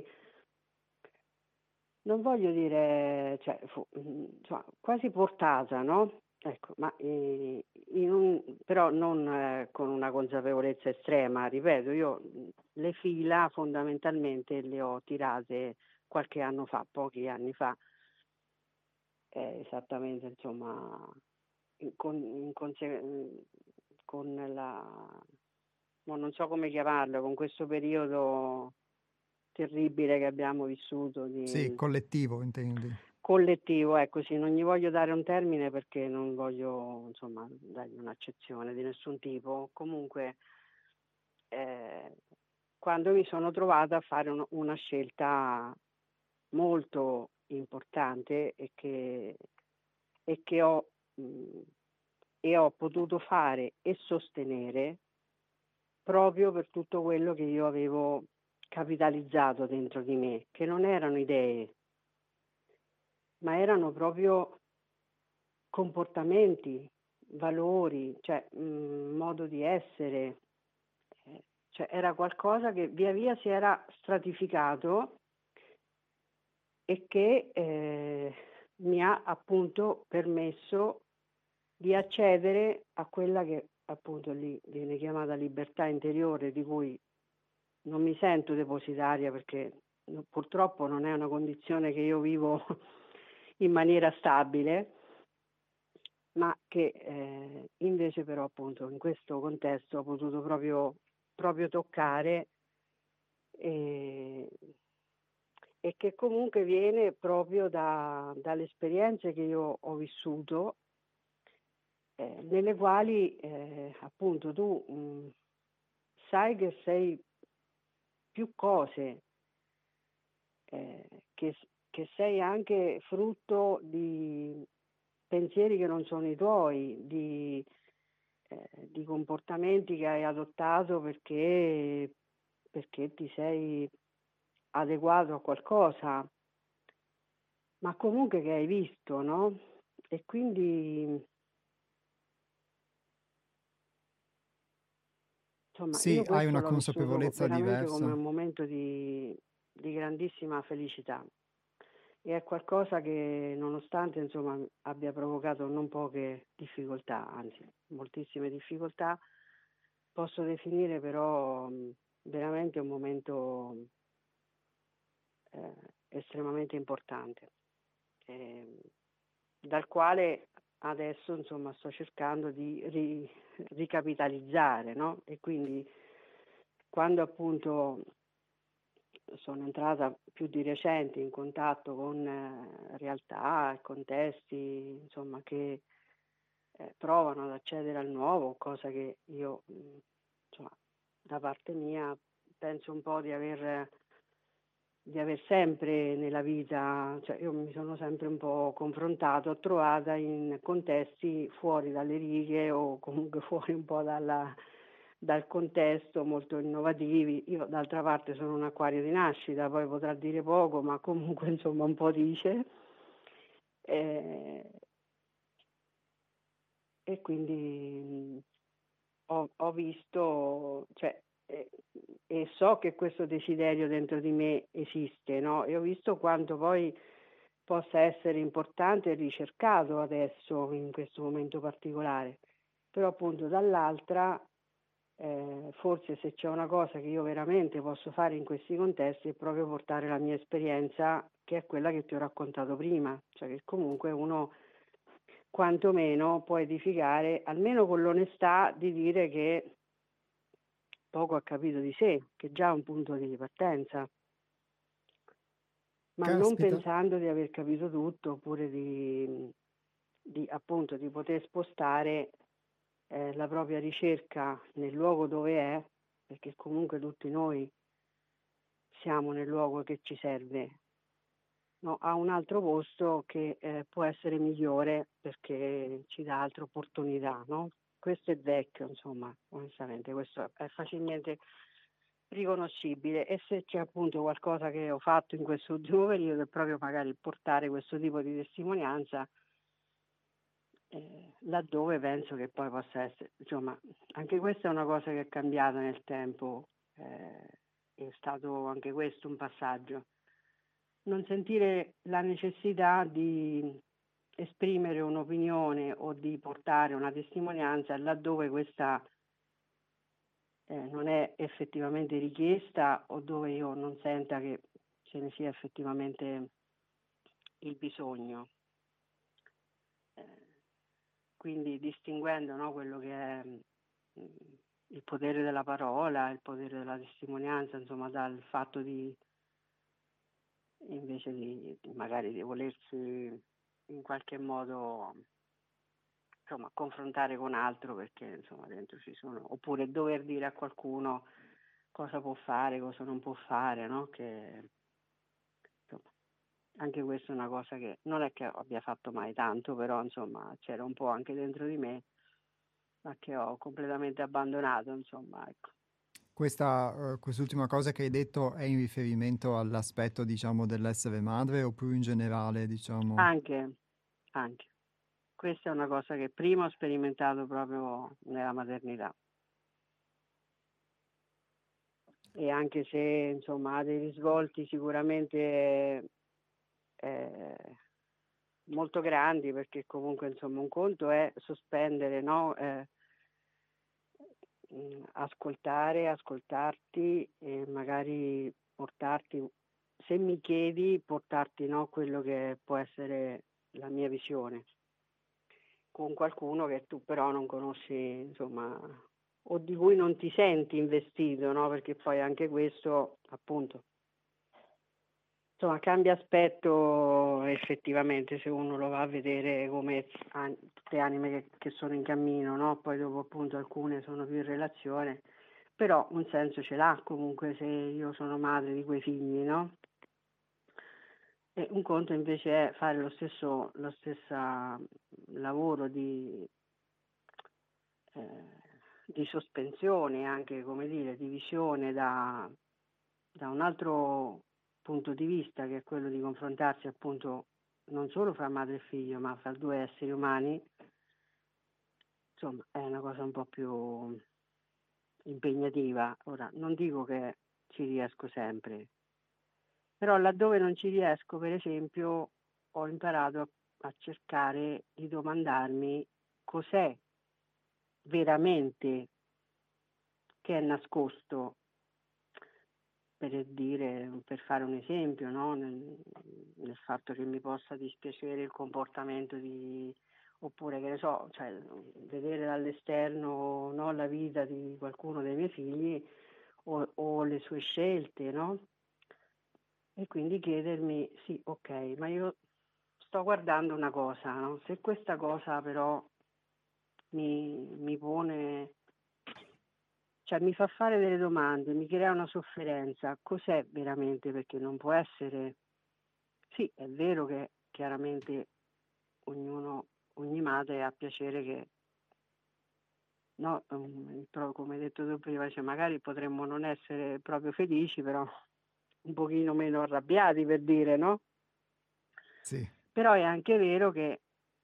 non voglio dire, cioè, fu- mm, insomma, quasi portata, no? Ecco, ma eh, in un- però non eh, con una consapevolezza estrema, ripeto, io mh, le fila fondamentalmente le ho tirate qualche anno fa, pochi anni fa, eh, esattamente, insomma, in con, in conse- mh, con la, no, non so come chiamarlo, con questo periodo terribile che abbiamo vissuto Sì, di collettivo intendi. collettivo, ecco sì, non gli voglio dare un termine perché non voglio, insomma, dargli un'accezione di nessun tipo. Comunque, eh, quando mi sono trovata a fare un- una scelta molto importante e che, e che ho, mh, e ho potuto fare e sostenere proprio per tutto quello che io avevo capitalizzato dentro di me, che non erano idee, ma erano proprio comportamenti, valori, cioè mh, modo di essere, eh, cioè era qualcosa che via via si era stratificato e che eh, mi ha appunto permesso di accedere a quella che appunto lì viene chiamata libertà interiore, di cui non mi sento depositaria perché no- purtroppo non è una condizione che io vivo in maniera stabile, ma che eh, invece però appunto in questo contesto ho potuto proprio, proprio toccare e, e che comunque viene proprio da- dalle esperienze che io ho vissuto, eh, nelle quali eh, appunto tu mh, sai che sei più cose, eh, che, che sei anche frutto di pensieri che non sono i tuoi, di, eh, di comportamenti che hai adottato perché, perché ti sei adeguato a qualcosa, ma comunque che hai visto, no? E quindi, insomma, Sì, io hai questo una l'ho vissuto consapevolezza veramente come diversa. un momento di, di grandissima felicità. E è qualcosa che nonostante insomma abbia provocato non poche difficoltà, anzi moltissime difficoltà, posso definire però mh, veramente un momento eh, estremamente importante, eh, dal quale adesso insomma sto cercando di ri- ricapitalizzare, no? E quindi quando appunto sono entrata più di recente in contatto con eh, realtà e contesti, insomma, che eh, provano ad accedere al nuovo, cosa che io, mh, insomma, da parte mia penso un po' di aver, di aver sempre nella vita, cioè io mi sono sempre un po' confrontato, trovata in contesti fuori dalle righe o comunque fuori un po' dalla, dal contesto, molto innovativi. Io d'altra parte sono un acquario di nascita, poi potrà dire poco, ma comunque insomma un po' dice. Eh, e quindi ho, ho visto, cioè, eh, e so che questo desiderio dentro di me esiste, no? E ho visto quanto poi possa essere importante e ricercato adesso, in questo momento particolare. Però appunto dall'altra, eh, forse se c'è una cosa che io veramente posso fare in questi contesti è proprio portare la mia esperienza, che è quella che ti ho raccontato prima, cioè che comunque uno quantomeno può edificare, almeno con l'onestà di dire che poco ha capito di sé, che già è un punto di partenza, ma non Caspita. pensando di aver capito tutto oppure di, di appunto di poter spostare eh, la propria ricerca nel luogo dove è, perché comunque tutti noi siamo nel luogo che ci serve, no? A un altro posto che eh, può essere migliore perché ci dà altre opportunità, no? Questo è vecchio, insomma, onestamente, questo è facilmente riconoscibile e se c'è appunto qualcosa che ho fatto in questo ultimo periodo è proprio magari portare questo tipo di testimonianza eh, laddove penso che poi possa essere, insomma, anche questa è una cosa che è cambiata nel tempo, eh, è stato anche questo un passaggio. Non sentire la necessità di esprimere un'opinione o di portare una testimonianza laddove questa eh, non è effettivamente richiesta o dove io non senta che ce ne sia effettivamente il bisogno. Eh, quindi distinguendo, no, quello che è mh, il potere della parola, il potere della testimonianza, insomma, dal fatto di invece di, di magari di volersi in qualche modo insomma confrontare con altro perché insomma dentro ci sono, oppure dover dire a qualcuno cosa può fare, cosa non può fare, no? Che insomma, anche questa è una cosa che non è che abbia fatto mai tanto, però insomma c'era un po' anche dentro di me, ma che ho completamente abbandonato, insomma, ecco. Questa, eh, quest'ultima cosa che hai detto è in riferimento all'aspetto, diciamo, dell'essere madre o più in generale, diciamo? Anche, anche. Questa è una cosa che prima ho sperimentato proprio nella maternità. E anche se insomma ha dei risvolti sicuramente eh, molto grandi, perché comunque insomma un conto è sospendere, no? Eh, mh, ascoltare, ascoltarti e magari portarti, se mi chiedi, portarti, no, quello che può essere la mia visione, con qualcuno che tu però non conosci, insomma, o di cui non ti senti investito, no? Perché poi anche questo, appunto, insomma, cambia aspetto effettivamente se uno lo va a vedere come an- tutte anime che, che sono in cammino, no? Poi dopo appunto alcune sono più in relazione, però un senso ce l'ha comunque se io sono madre di quei figli, no? E un conto invece è fare lo stesso lo stessa lavoro di, eh, di sospensione, anche come dire, di visione da, da un altro punto di vista, che è quello di confrontarsi appunto non solo fra madre e figlio, ma fra due esseri umani, insomma, è una cosa un po' più impegnativa. Ora, non dico che ci riesco sempre, però laddove non ci riesco, per esempio, ho imparato a, a cercare di domandarmi cos'è veramente che è nascosto, per dire, per fare un esempio, no? nel, nel fatto che mi possa dispiacere il comportamento di, oppure che ne so, cioè, vedere dall'esterno, no, la vita di qualcuno dei miei figli o, o le sue scelte, no? E quindi chiedermi, sì, ok, ma io sto guardando una cosa, no? Se questa cosa però mi, mi pone, cioè mi fa fare delle domande, mi crea una sofferenza, cos'è veramente? Perché non può essere, sì, è vero che chiaramente ognuno, ogni madre ha piacere che, no, um, però come hai detto tu prima, cioè magari potremmo non essere proprio felici, però un pochino meno arrabbiati, per dire, no? Sì. Però è anche vero che,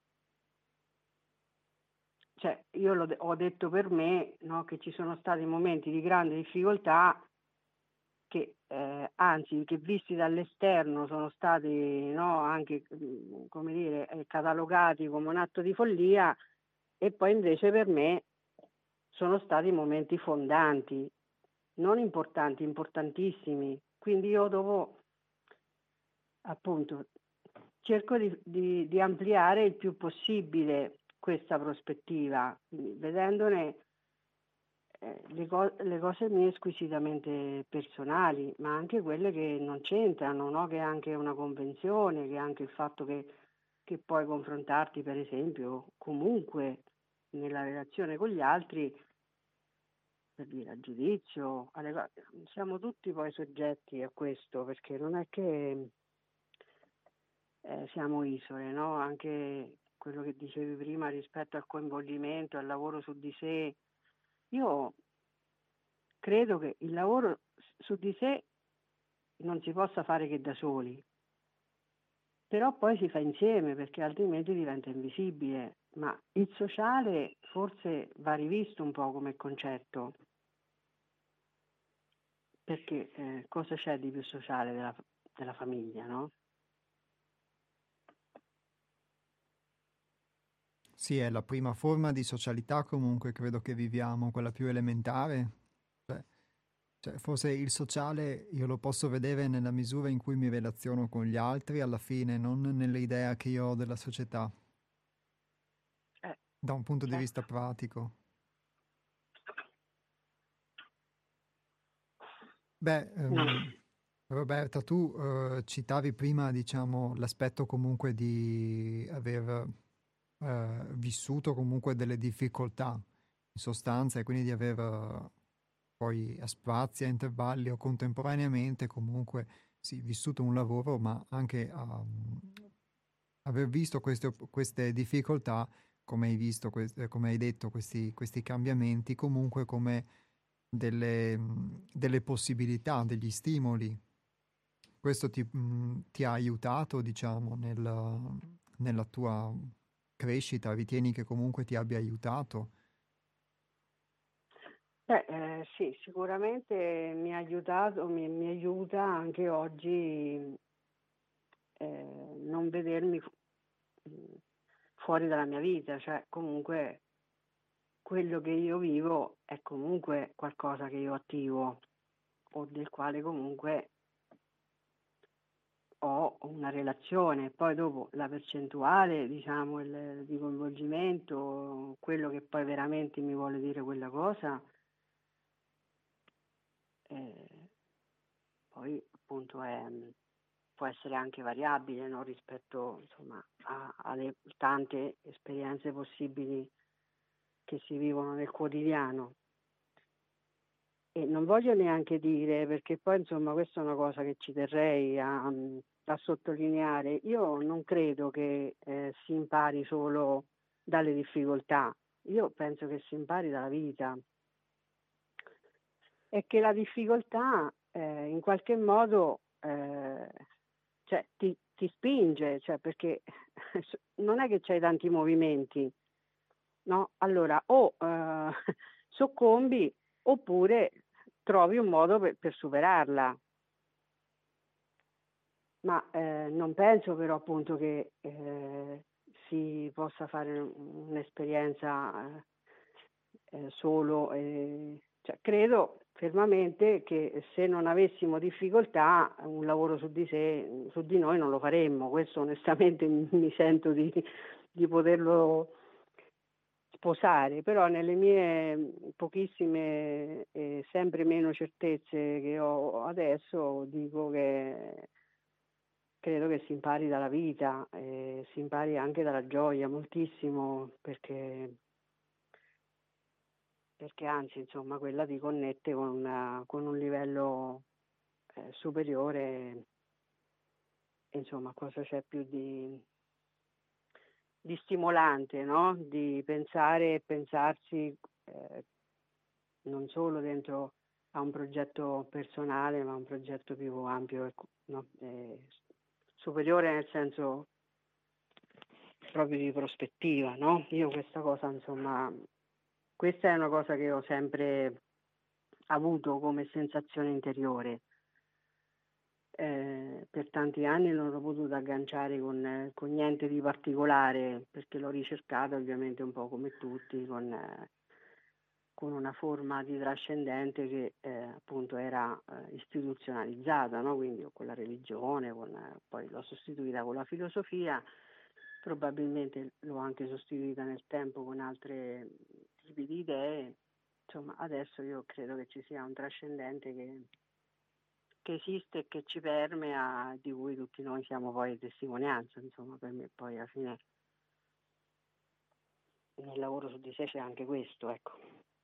cioè, io l'ho de- ho detto per me, no, che ci sono stati momenti di grande difficoltà che eh, anzi che visti dall'esterno sono stati, no, anche mm, come dire, eh, catalogati come un atto di follia, e poi invece per me sono stati momenti fondanti, non importanti, importantissimi. Quindi io dopo appunto cerco di, di, di ampliare il più possibile questa prospettiva, vedendone eh, le, co- le cose mie squisitamente personali, ma anche quelle che non c'entrano, no? Che è anche una convenzione, che è anche il fatto che, che puoi confrontarti, per esempio, comunque nella relazione con gli altri, per dire, a giudizio, alle co- siamo tutti poi soggetti a questo, perché non è che eh, siamo isole, no? Anche quello che dicevi prima rispetto al coinvolgimento, al lavoro su di sé. Io credo che il lavoro su di sé non si possa fare che da soli, però poi si fa insieme perché altrimenti diventa invisibile. Ma il sociale forse va rivisto un po' come concetto, perché eh, cosa c'è di più sociale della, della famiglia, no? Sì, è la prima forma di socialità comunque credo che viviamo, quella più elementare. Cioè, cioè, forse il sociale io lo posso vedere nella misura in cui mi relaziono con gli altri, alla fine, non nell'idea che io ho della società, Eh, da un punto di vista certo. pratico. Beh, No. ehm, Roberta, tu eh, citavi prima, diciamo, l'aspetto comunque di aver eh, vissuto comunque delle difficoltà in sostanza e quindi di aver eh, poi a spazi, a intervalli o contemporaneamente comunque sì, vissuto un lavoro, ma anche um, aver visto queste, op- queste difficoltà, come hai visto, quest- eh, come hai detto, questi, questi cambiamenti comunque come delle, mh, delle possibilità, degli stimoli. Questo ti, mh, ti ha aiutato, diciamo, nel- nella tua crescita? Ritieni che comunque ti abbia aiutato? Beh, eh, sì, sicuramente mi ha aiutato, mi, mi aiuta anche oggi eh, non vedermi fu- mh, fuori dalla mia vita, cioè comunque quello che io vivo è comunque qualcosa che io attivo o del quale comunque ho una relazione. Poi dopo la percentuale, diciamo, il, di coinvolgimento, quello che poi veramente mi vuole dire quella cosa, eh, poi appunto è, può essere anche variabile, no? Rispetto insomma, a- alle tante esperienze possibili che si vivono nel quotidiano. E non voglio neanche dire, perché poi insomma questa è una cosa che ci terrei a, a sottolineare, io non credo che eh, si impari solo dalle difficoltà, io penso che si impari dalla vita e che la difficoltà eh, in qualche modo eh, cioè, ti, ti spinge, cioè, perché non è che c'hai tanti movimenti, no? Allora o eh, soccombi oppure trovi un modo per, per superarla. Ma eh, non penso però appunto che eh, si possa fare un'esperienza eh, solo, eh, cioè, credo fermamente che se non avessimo difficoltà un lavoro su di sé, su di noi non lo faremmo, questo onestamente mi, mi sento di, di poterlo sposare, però nelle mie pochissime e sempre meno certezze che ho adesso dico che credo che si impari dalla vita, e si impari anche dalla gioia moltissimo perché, perché anzi insomma quella ti connette con, una- con un livello eh, superiore, e, insomma cosa c'è più di, di stimolante, no? Di pensare e pensarsi eh, non solo dentro a un progetto personale ma a un progetto più ampio, ecco, no? Eh, superiore nel senso proprio di prospettiva, no? Io questa cosa, insomma, questa è una cosa che ho sempre avuto come sensazione interiore. Eh, per tanti anni non l'ho potuto agganciare con, eh, con niente di particolare, perché l'ho ricercata ovviamente un po' come tutti, con, eh, con una forma di trascendente che eh, appunto era eh, istituzionalizzata, no? Quindi con la religione, con, eh, poi l'ho sostituita con la filosofia. Probabilmente l'ho anche sostituita nel tempo con altri tipi di idee. Insomma, adesso io credo che ci sia un trascendente che, che esiste e che ci permea, di cui tutti noi siamo poi testimonianza. Insomma, per me poi alla fine nel lavoro su di sé c'è anche questo, ecco.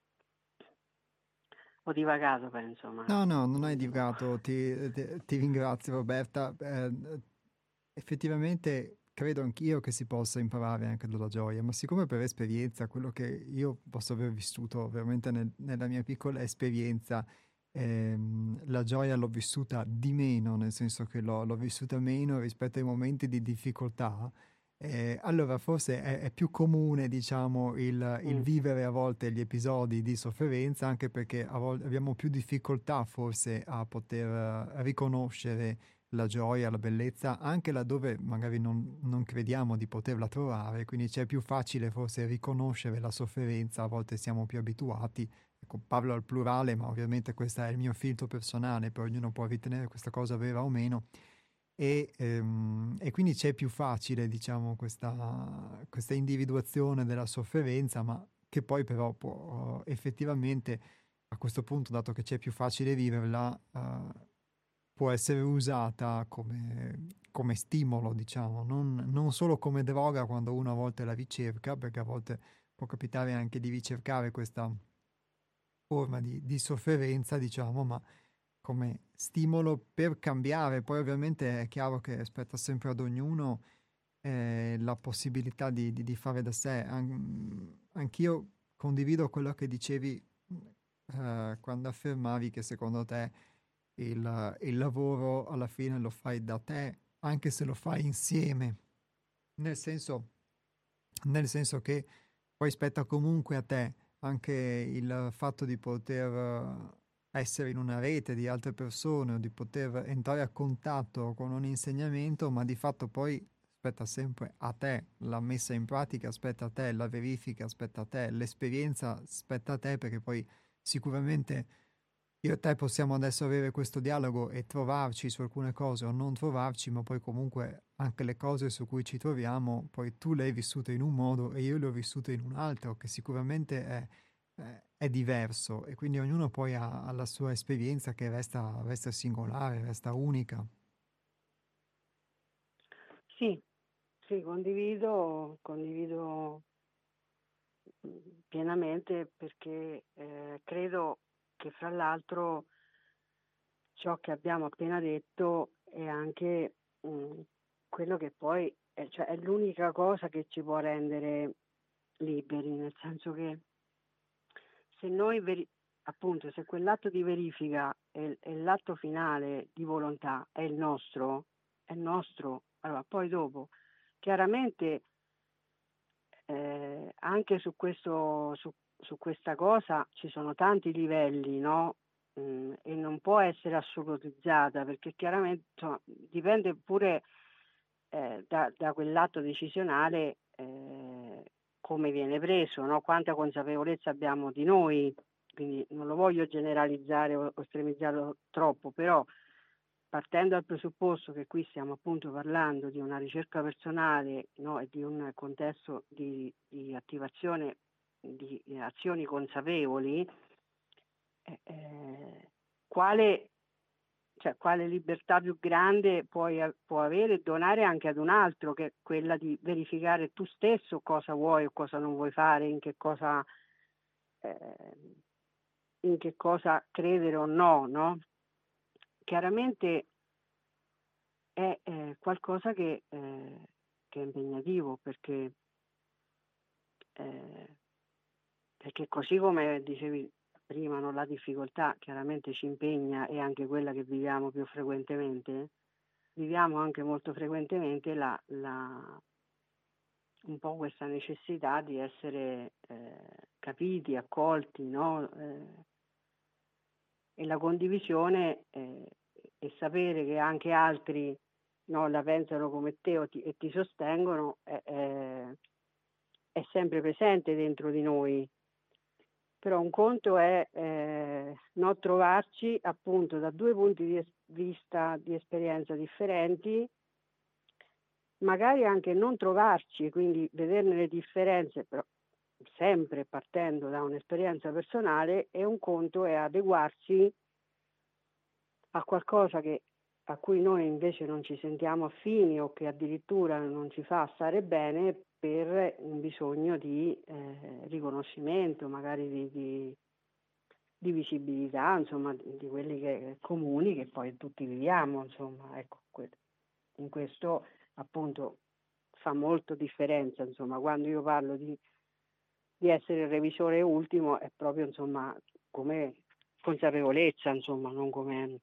Ho divagato, penso, ma No, no, non hai non... divagato, ti, ti- ti ringrazio Roberta. Eh, effettivamente credo anch'io che si possa imparare anche dalla gioia, ma siccome per esperienza, quello che io posso aver vissuto veramente nel- nella mia piccola esperienza, ehm, la gioia l'ho vissuta di meno, nel senso che l'ho l'ho vissuta meno rispetto ai momenti di difficoltà. Eh, allora forse è, è più comune, diciamo, il, il Mm, vivere a volte gli episodi di sofferenza, anche perché a volte abbiamo più difficoltà forse a poter eh, riconoscere la gioia, la bellezza, anche laddove magari non, non crediamo di poterla trovare, quindi c'è più facile forse riconoscere la sofferenza, a volte siamo più abituati. Ecco, parlo al plurale, ma ovviamente questo è il mio filtro personale, poi ognuno può ritenere questa cosa vera o meno. E, ehm, e quindi c'è più facile, diciamo, questa, questa individuazione della sofferenza, ma che poi però può effettivamente, a questo punto, dato che c'è più facile viverla, eh, può essere usata come, come stimolo, diciamo, non, non solo come droga quando uno a volte la ricerca, perché a volte può capitare anche di ricercare questa forma di, di sofferenza, diciamo, ma come stimolo per cambiare. Poi ovviamente è chiaro che spetta sempre ad ognuno eh, la possibilità di, di- di fare da sé. An- anch'io condivido quello che dicevi, eh, quando affermavi che secondo te il, il lavoro alla fine lo fai da te, anche se lo fai insieme, nel senso, nel senso che poi spetta comunque a te anche il fatto di poter eh, essere in una rete di altre persone o di poter entrare a contatto con un insegnamento, ma di fatto poi spetta sempre a te, la messa in pratica spetta a te, la verifica spetta a te, l'esperienza spetta a te, perché poi sicuramente io e te possiamo adesso avere questo dialogo e trovarci su alcune cose o non trovarci, ma poi comunque anche le cose su cui ci troviamo, poi tu le hai vissute in un modo e io le ho vissute in un altro, che sicuramente è, è- è diverso e quindi ognuno poi ha, ha la sua esperienza che resta, resta singolare, resta unica. Sì, sì, condivido, condivido mh, pienamente perché eh, credo che fra l'altro ciò che abbiamo appena detto è anche mh, quello che poi è, cioè, è l'unica cosa che ci può rendere liberi, nel senso che se noi veri- appunto se quell'atto di verifica è, è l'atto finale di volontà, è il nostro, è nostro, allora poi dopo chiaramente eh, anche su questo, su, su questa cosa ci sono tanti livelli, no? Mm, e non può essere assolutizzata perché chiaramente insomma, dipende pure eh, da, da quell'atto decisionale eh, come viene preso, no? Quanta consapevolezza abbiamo di noi, quindi non lo voglio generalizzare o o estremizzarlo troppo, però partendo dal presupposto che qui stiamo appunto parlando di una ricerca personale, no, e di un contesto di, di attivazione di azioni consapevoli, eh, eh, quale, cioè, quale libertà più grande puoi, può avere e donare anche ad un altro, che è quella di verificare tu stesso cosa vuoi o cosa non vuoi fare, in che cosa, eh, in che cosa credere o no, no? Chiaramente è eh, qualcosa che, eh, che è impegnativo perché, eh, perché così come dicevi prima, no, la difficoltà chiaramente ci impegna e anche quella che viviamo più frequentemente, viviamo anche molto frequentemente la, la, un po' questa necessità di essere eh, capiti, accolti, no? Eh, e la condivisione eh, e sapere che anche altri no, la pensano come te o ti, e ti sostengono è, è, è sempre presente dentro di noi. Però un conto è eh, non trovarci appunto da due punti di es- vista di esperienza differenti, magari anche non trovarci, quindi vederne le differenze, però sempre partendo da un'esperienza personale, e un conto è adeguarsi a qualcosa che, a cui noi invece non ci sentiamo affini o che addirittura non ci fa stare bene per un bisogno di eh, riconoscimento, magari di, di, di visibilità, insomma, di quelli che, comuni che poi tutti viviamo, insomma, ecco, in questo appunto fa molto differenza, insomma, quando io parlo di, di essere il revisore ultimo è proprio, insomma, come consapevolezza, insomma, non come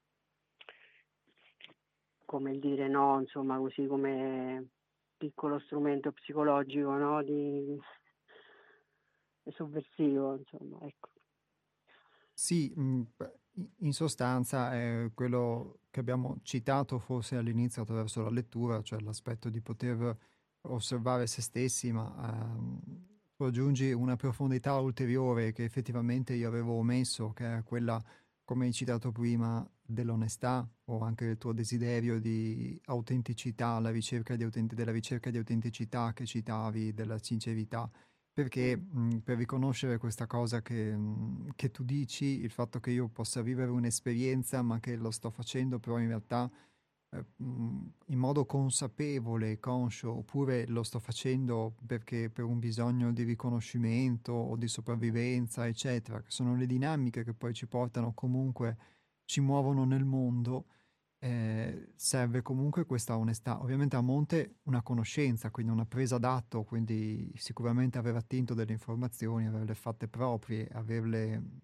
come il dire no, insomma, così come piccolo strumento psicologico, no? Di sovversivo, insomma, ecco. Sì, mh, beh, in in sostanza è quello che abbiamo citato forse all'inizio attraverso la lettura, cioè l'aspetto di poter osservare se stessi, ma ehm, tu aggiungi una profondità ulteriore che effettivamente io avevo omesso, che è quella, come hai citato prima, dell'onestà o anche del tuo desiderio di autenticità, la ricerca di autenti- della ricerca di autenticità che citavi, della sincerità. Perché, Mm. mhmm, per riconoscere questa cosa che mhmm, che tu dici, il fatto che io possa vivere un'esperienza, ma che lo sto facendo però in realtà, ehm, mhmm, in modo consapevole e conscio, oppure lo sto facendo perché per un bisogno di riconoscimento o di sopravvivenza, eccetera, che sono le dinamiche che poi ci portano comunque ci muovono nel mondo, ehm, serve comunque questa onestà. Ovviamente a monte una conoscenza, quindi una presa d'atto, quindi sicuramente aver attinto delle informazioni, averle fatte proprie, averle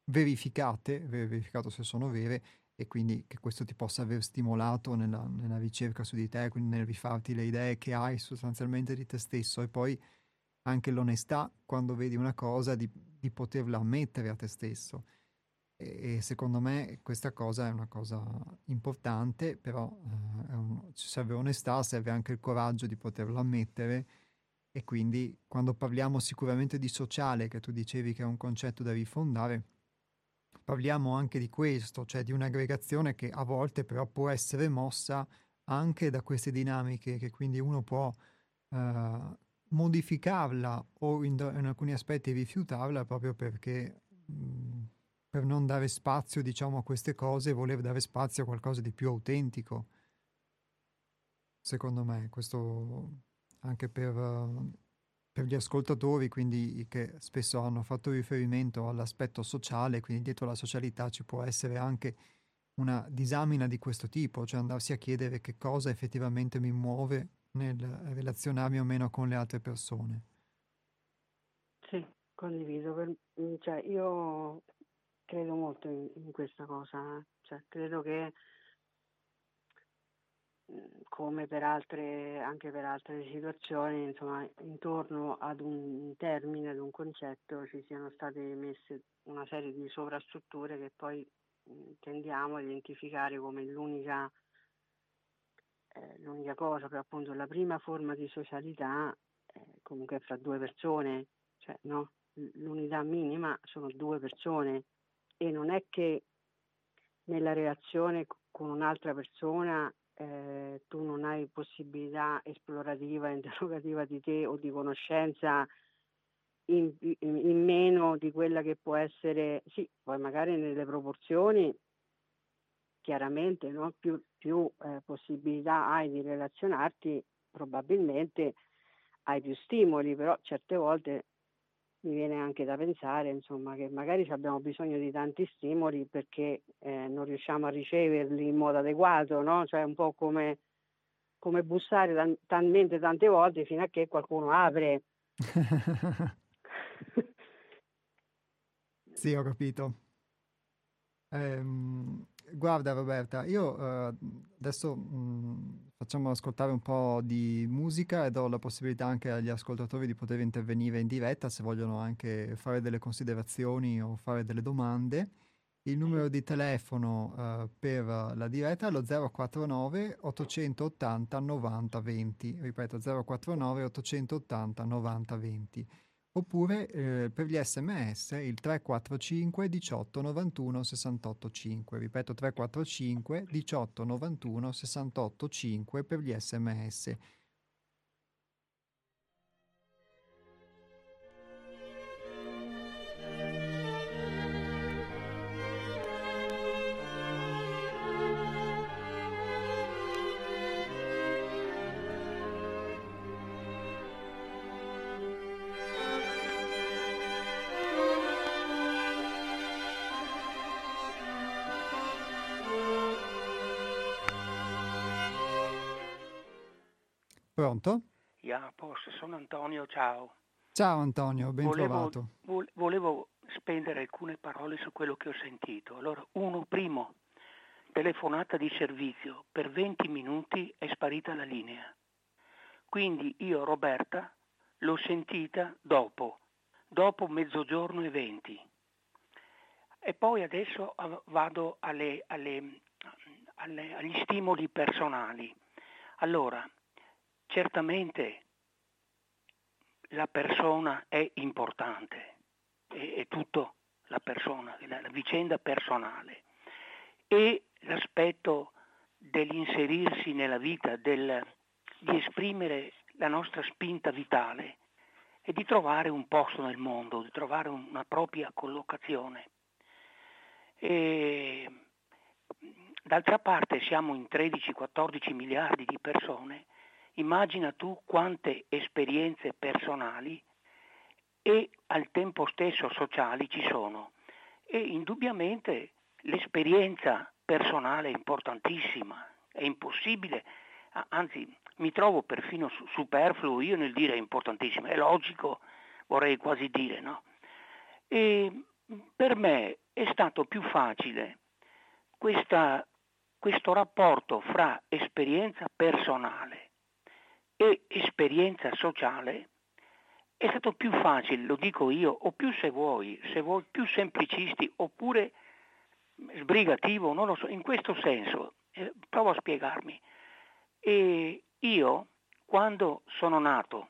verificate, aver verificato se sono vere e quindi che questo ti possa aver stimolato nella, nella ricerca su di te, quindi nel rifarti le idee che hai sostanzialmente di te stesso e poi anche l'onestà quando vedi una cosa di, di poterla ammettere a te stesso. E, e secondo me questa cosa è una cosa importante, però eh, è un- ci serve onestà, serve anche il coraggio di poterlo ammettere e quindi quando parliamo sicuramente di sociale, che tu dicevi che è un concetto da rifondare, parliamo anche di questo, cioè di un'aggregazione che a volte però può essere mossa anche da queste dinamiche, che quindi uno può eh, modificarla o in, in alcuni aspetti rifiutarla proprio perché mh, per non dare spazio, diciamo, a queste cose, voler dare spazio a qualcosa di più autentico, secondo me, questo anche per, eh, per gli ascoltatori, quindi che spesso hanno fatto riferimento all'aspetto sociale, quindi dietro la socialità ci può essere anche una disamina di questo tipo, cioè andarsi a chiedere che cosa effettivamente mi muove nel relazionarmi o meno con le altre persone. Sì, condivido. Per- mm, cioè, io credo molto in, in questa cosa, eh. Cioè, credo che mm, come per altre, anche per altre situazioni, insomma, intorno ad un termine, ad un concetto, ci siano state messe una serie di sovrastrutture che poi mm, tendiamo a identificare come l'unica, eh, l'unica cosa, che appunto la prima forma di socialità eh, comunque è fra due persone, cioè no? L- L'unità minima sono due persone e non è che nella relazione c- con un'altra persona eh, tu non hai possibilità esplorativa, interrogativa di te o di conoscenza in, in- in meno di quella che può essere, sì, poi magari nelle proporzioni, chiaramente, no? Più, più eh, possibilità hai di relazionarti, probabilmente hai più stimoli, però certe volte mi viene anche da pensare, insomma, che magari abbiamo bisogno di tanti stimoli perché eh, non riusciamo a riceverli in modo adeguato, no? Cioè un po' come, come bussare tan- talmente tante volte fino a che qualcuno apre. Sì, ho capito. Ehm, guarda Roberta, io eh, adesso mh, facciamo ascoltare un po' di musica e do la possibilità anche agli ascoltatori di poter intervenire in diretta se vogliono anche fare delle considerazioni o fare delle domande. Il Sì. numero di telefono eh, per la diretta è lo zero quattro nove ottocentottanta novanta venti, ripeto zero quattro nove ottocentottanta novanta venti. Oppure eh, per gli sms il tre quattro cinque diciotto novantuno sessantotto cinque, ripeto tre quattro cinque diciotto novantuno sessantotto cinque per gli sms. Pronto? Ja, a posto, sono Antonio, ciao. Ciao Antonio, ben Volevo, trovato. vol- volevo spendere alcune parole su quello che ho sentito. Allora, uno, primo, telefonata di servizio, per venti minuti è sparita la linea. Quindi io, Roberta, l'ho sentita dopo, dopo mezzogiorno e venti. E poi adesso ah, vado alle, alle, alle- agli stimoli personali. Allora, certamente la persona è importante, è, è tutto la persona, la, la vicenda personale e l'aspetto dell'inserirsi nella vita, del, di esprimere la nostra spinta vitale e di trovare un posto nel mondo, di trovare una propria collocazione. E, d'altra parte siamo in tredici quattordici miliardi di persone. Immagina tu quante esperienze personali e al tempo stesso sociali ci sono. E indubbiamente l'esperienza personale è importantissima, è impossibile, anzi mi trovo perfino superfluo io nel dire è importantissima, è logico, vorrei quasi dire, no? E per me è stato più facile questa, questo rapporto fra esperienza personale e esperienza sociale. È stato più facile, lo dico io, o più se vuoi, se vuoi più semplicisti oppure sbrigativo, non lo so, in questo senso, eh, provo a spiegarmi. E io, quando sono nato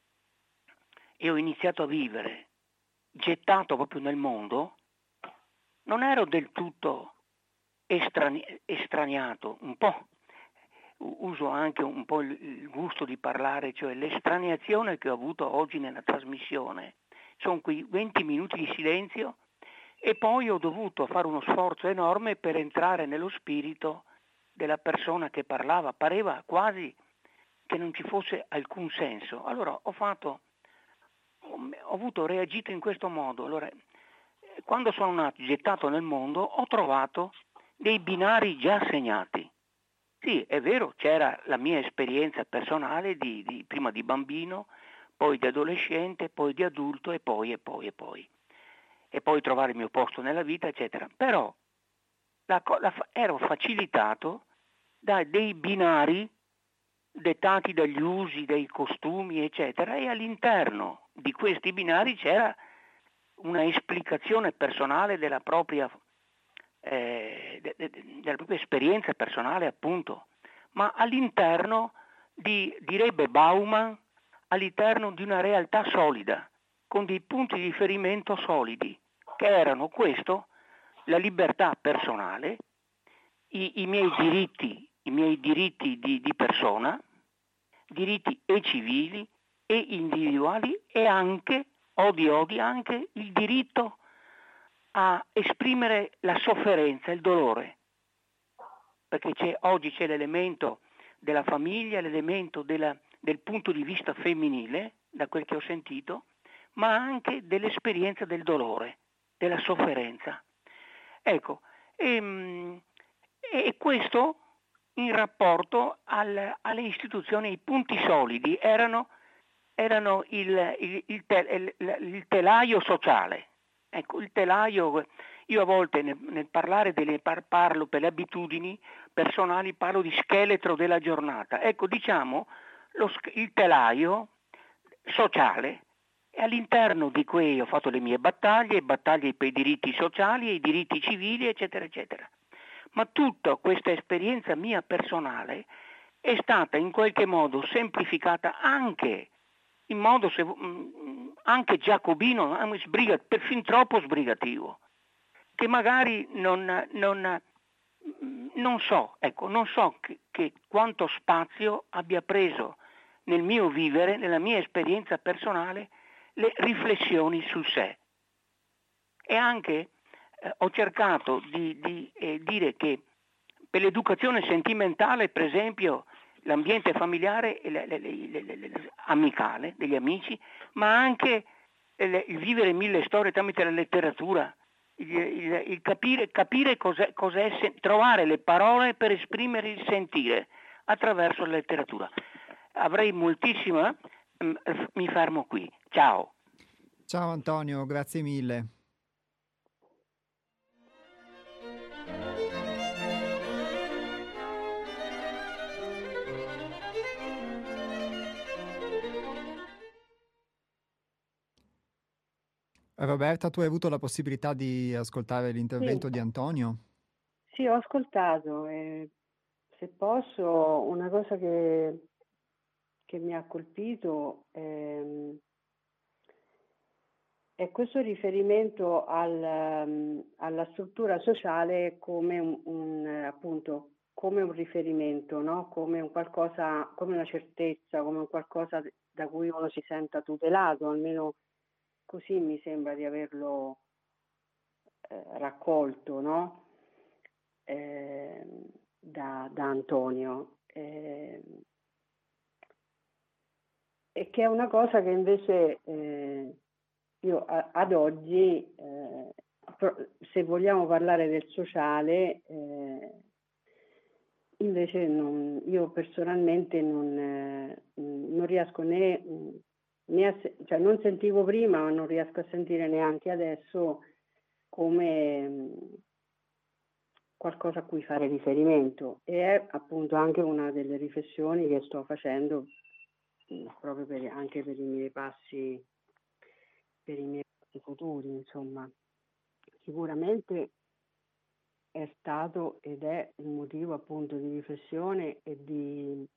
e ho iniziato a vivere, gettato proprio nel mondo, non ero del tutto estrani- estraniato, un po'. Uso anche un po' il gusto di parlare, cioè l'estraniazione che ho avuto oggi nella trasmissione. Sono quei venti minuti di silenzio e poi ho dovuto fare uno sforzo enorme per entrare nello spirito della persona che parlava. Pareva quasi che non ci fosse alcun senso. Allora ho fatto, ho avuto, reagito in questo modo. Allora, quando sono nato, gettato nel mondo, ho trovato dei binari già segnati. Sì, è vero, c'era la mia esperienza personale di, di, prima di bambino, poi di adolescente, poi di adulto e poi e poi e poi. E poi trovare il mio posto nella vita, eccetera. Però la, la, ero facilitato da dei binari dettati dagli usi, dai costumi, eccetera, e all'interno di questi binari c'era una esplicazione personale della propria Eh, de, de, della propria esperienza personale, appunto, ma all'interno di, direbbe Bauman, all'interno di una realtà solida, con dei punti di riferimento solidi, che erano questo, la libertà personale, i, i miei diritti, i miei diritti di, di persona, diritti e civili e individuali, e anche, odi odi, anche il diritto a esprimere la sofferenza, il dolore, perché c'è, oggi c'è l'elemento della famiglia, l'elemento della, del punto di vista femminile, da quel che ho sentito, ma anche dell'esperienza del dolore, della sofferenza. Ecco, e, e questo in rapporto al, alle istituzioni, i punti solidi erano, erano il, il, il, tel, il, il telaio sociale. Ecco, il telaio, io a volte nel, nel parlare delle par, parlo per le abitudini personali, parlo di scheletro della giornata. Ecco, diciamo, lo, il telaio sociale, e all'interno di cui ho fatto le mie battaglie, battaglie per i diritti sociali e i diritti civili, eccetera, eccetera. Ma tutta questa esperienza mia personale è stata in qualche modo semplificata anche in modo se, anche giacobino, perfino troppo sbrigativo, che magari non, non, non so, ecco, non so che, che quanto spazio abbia preso nel mio vivere, nella mia esperienza personale, le riflessioni sul sé. E anche eh, ho cercato di, di eh, dire che per l'educazione sentimentale, per esempio, l'ambiente familiare e le, le, le, le, le, amicale degli amici, ma anche le, il vivere mille storie tramite la letteratura, il, il, il capire, capire cos'è, cos'è se, trovare le parole per esprimere il sentire attraverso la letteratura. Avrei moltissimo, eh, mi fermo qui. Ciao. Ciao Antonio, grazie mille. Roberta, tu hai avuto la possibilità di ascoltare l'intervento Sì. di Antonio? Sì, ho ascoltato. E se posso, una cosa che, che mi ha colpito è, è questo riferimento al, alla struttura sociale come un, un appunto come un riferimento, no? Come un qualcosa, come una certezza, come un qualcosa da cui uno si senta tutelato, almeno così mi sembra di averlo eh, raccolto, no? Eh, da, da Antonio. Eh, e che è una cosa che invece eh, io a, ad oggi, eh, se vogliamo parlare del sociale, eh, invece non, io personalmente non, eh, non riesco né, né a, cioè non sentivo prima, ma non riesco a sentire neanche adesso come mh, qualcosa a cui fare riferimento, e è appunto anche una delle riflessioni che sto facendo mh, proprio per, anche per i miei passi, per i miei passi futuri, insomma. Sicuramente è stato ed è un motivo appunto di riflessione e di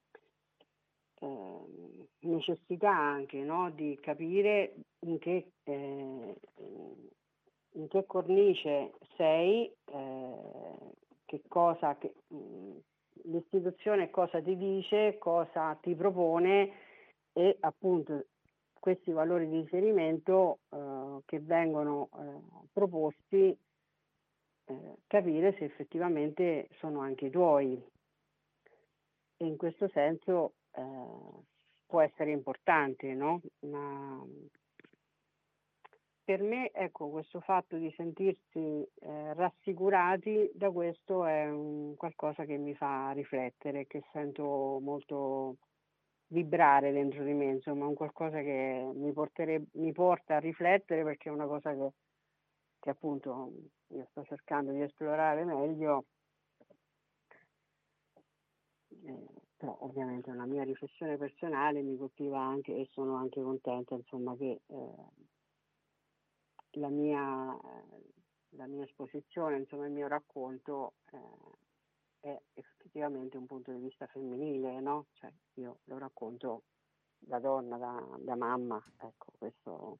eh, necessità anche, no? Di capire in che, eh, in che cornice sei, eh, che cosa che, mh, l'istituzione cosa ti dice, cosa ti propone, e appunto questi valori di riferimento eh, che vengono eh, proposti, eh, capire se effettivamente sono anche i tuoi, e in questo senso eh, può essere importante, no? Ma per me, ecco, questo fatto di sentirsi eh, rassicurati da questo è un qualcosa che mi fa riflettere, che sento molto vibrare dentro di me, insomma, un qualcosa che mi, porterebbe, mi porta a riflettere, perché è una cosa che, che appunto io sto cercando di esplorare meglio. Eh, però ovviamente è una mia riflessione personale, mi colpiva anche, e sono anche contenta, insomma, che eh, la mia, eh, la mia esposizione, insomma, il mio racconto eh, è effettivamente un punto di vista femminile, no? Cioè io lo racconto da donna, da, da mamma, ecco, questo.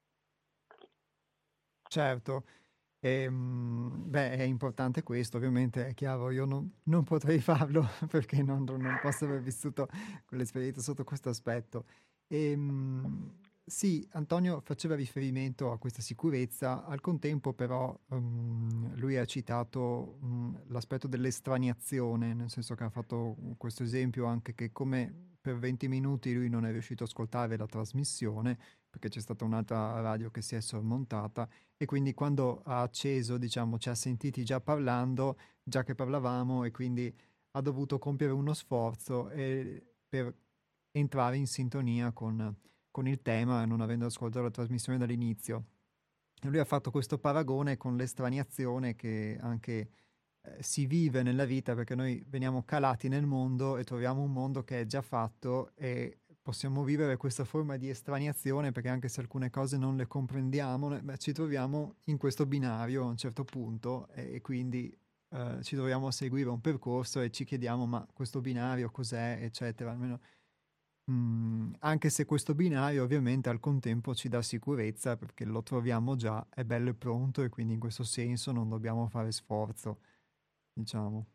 Certo. Ehm, beh, è importante questo, ovviamente è chiaro, io non, non potrei farlo perché non, non posso aver vissuto quell'esperienza sotto questo aspetto. Ehm, sì, Antonio faceva riferimento a questa sicurezza, al contempo però ehm, lui ha citato mm, l'aspetto dell'estraniazione, nel senso che ha fatto questo esempio anche che come per venti minuti lui non è riuscito ad ascoltare la trasmissione perché c'è stata un'altra radio che si è sormontata e quindi quando ha acceso, diciamo, ci ha sentiti già parlando, già che parlavamo e quindi ha dovuto compiere uno sforzo eh, per entrare in sintonia con, con il tema, non avendo ascoltato la trasmissione dall'inizio. E lui ha fatto questo paragone con l'estraniazione che anche eh, si vive nella vita, perché noi veniamo calati nel mondo e troviamo un mondo che è già fatto e possiamo vivere questa forma di estraniazione perché anche se alcune cose non le comprendiamo, ne- beh, ci troviamo in questo binario a un certo punto e, e quindi eh, ci troviamo a seguire un percorso e ci chiediamo ma questo binario cos'è, eccetera. Almeno, mm, anche se questo binario ovviamente al contempo ci dà sicurezza perché lo troviamo già, è bello e pronto e quindi in questo senso non dobbiamo fare sforzo, diciamo.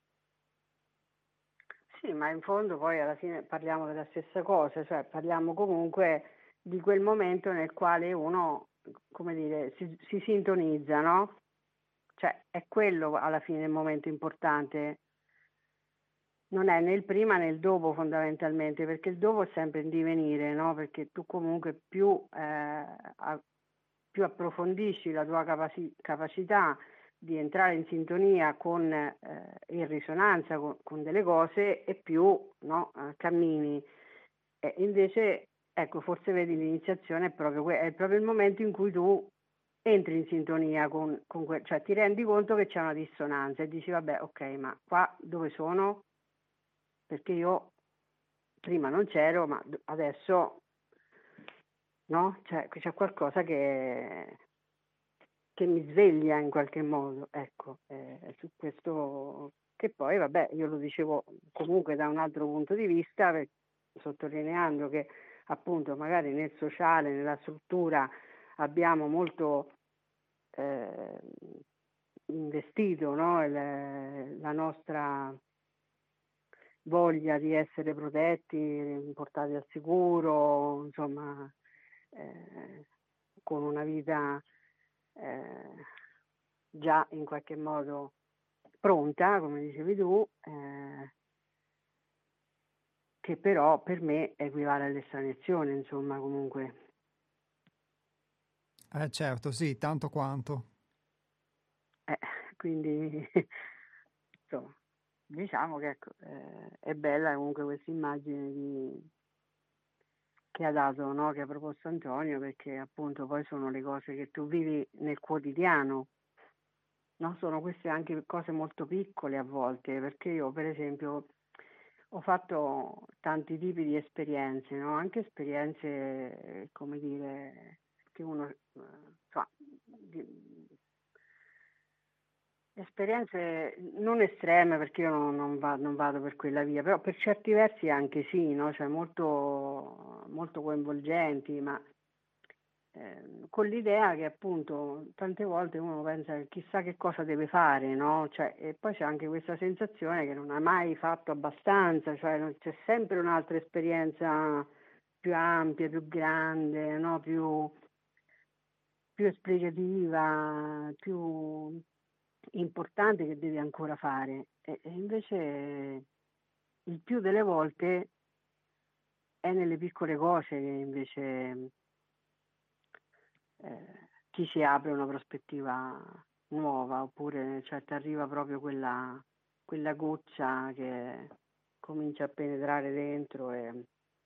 Sì, ma in fondo poi alla fine parliamo della stessa cosa, cioè parliamo comunque di quel momento nel quale uno, come dire, si, si sintonizza, no? Cioè è quello alla fine il momento importante, non è né il prima né il dopo fondamentalmente, perché il dopo è sempre in divenire, no? Perché tu comunque più, eh, a- più approfondisci la tua capaci- capacità di entrare in sintonia con, eh, in risonanza con, con delle cose, e più, no, eh, cammini. E invece, ecco, forse vedi l'iniziazione è proprio, que- è proprio il momento in cui tu entri in sintonia con, con que- cioè ti rendi conto che c'è una dissonanza e dici vabbè, ok, ma qua dove sono? Perché io prima non c'ero, ma d- adesso no, cioè c'è qualcosa che, che mi sveglia in qualche modo, ecco, eh, su questo, che poi vabbè, io lo dicevo comunque da un altro punto di vista, per- sottolineando che appunto magari nel sociale, nella struttura abbiamo molto eh, investito, no, il- la nostra voglia di essere protetti, portati al sicuro, insomma, eh, con una vita eh, già in qualche modo pronta, come dicevi tu, eh, che però per me equivale all'estraniazione, insomma, comunque. Eh certo, sì, tanto quanto. Eh, quindi, insomma, diciamo che ecco, eh, è bella comunque questa immagine di, che ha dato, no? Che ha proposto Antonio, perché appunto poi sono le cose che tu vivi nel quotidiano, no? Sono queste anche cose molto piccole a volte, perché io per esempio ho fatto tanti tipi di esperienze, no? Anche esperienze, eh, come dire, che uno, eh, insomma, di- esperienze non estreme perché io non, non va- non vado per quella via, però per certi versi anche sì, no? Cioè molto, molto coinvolgenti, ma ehm, con l'idea che appunto tante volte uno pensa che chissà che cosa deve fare, no? Cioè, e poi c'è anche questa sensazione che non ha mai fatto abbastanza, cioè non- c'è sempre un'altra esperienza più ampia, più grande, no? Più, più esplicativa, più importante che devi ancora fare. E, e invece il più delle volte è nelle piccole cose che invece eh, ti si apre una prospettiva nuova, oppure cioè, ti arriva proprio quella, quella goccia che comincia a penetrare dentro e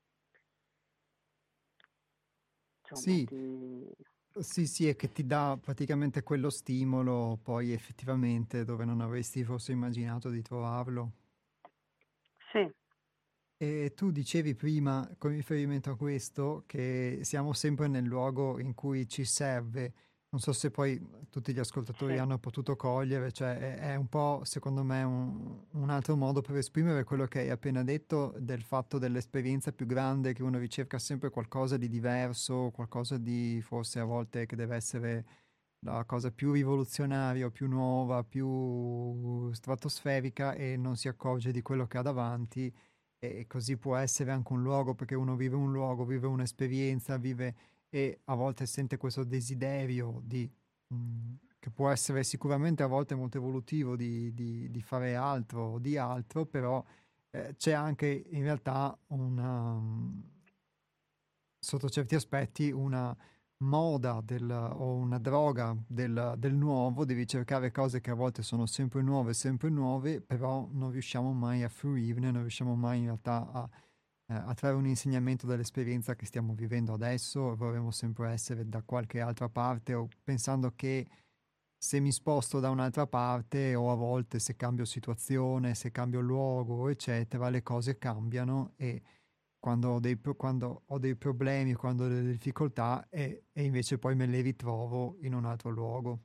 insomma Sì, ti... sì, sì, è che ti dà praticamente quello stimolo poi effettivamente dove non avresti forse immaginato di trovarlo. Sì, E tu dicevi prima, con riferimento a questo, che siamo sempre nel luogo in cui ci serve. Non so se poi tutti gli ascoltatori sì, hanno potuto cogliere, cioè è, è un po', secondo me, un, un altro modo per esprimere quello che hai appena detto del fatto dell'esperienza più grande, che uno ricerca sempre qualcosa di diverso, qualcosa di forse a volte che deve essere la cosa più rivoluzionaria, più nuova, più stratosferica e non si accorge di quello che ha davanti e così può essere anche un luogo perché uno vive un luogo, vive un'esperienza, vive e a volte sente questo desiderio di, mh, che può essere sicuramente a volte molto evolutivo di, di- di fare altro o di altro, però eh, c'è anche in realtà una, mh, sotto certi aspetti una moda del, o una droga del, del nuovo, devi cercare cose che a volte sono sempre nuove, sempre nuove, però non riusciamo mai a fruirne, non riusciamo mai in realtà a, eh, a trarre un insegnamento dall'esperienza che stiamo vivendo adesso, e vorremmo sempre essere da qualche altra parte o pensando che se mi sposto da un'altra parte o a volte se cambio situazione, se cambio luogo, eccetera, le cose cambiano e quando ho dei, pro- quando ho dei problemi, quando ho delle difficoltà e, e invece poi me le ritrovo in un altro luogo.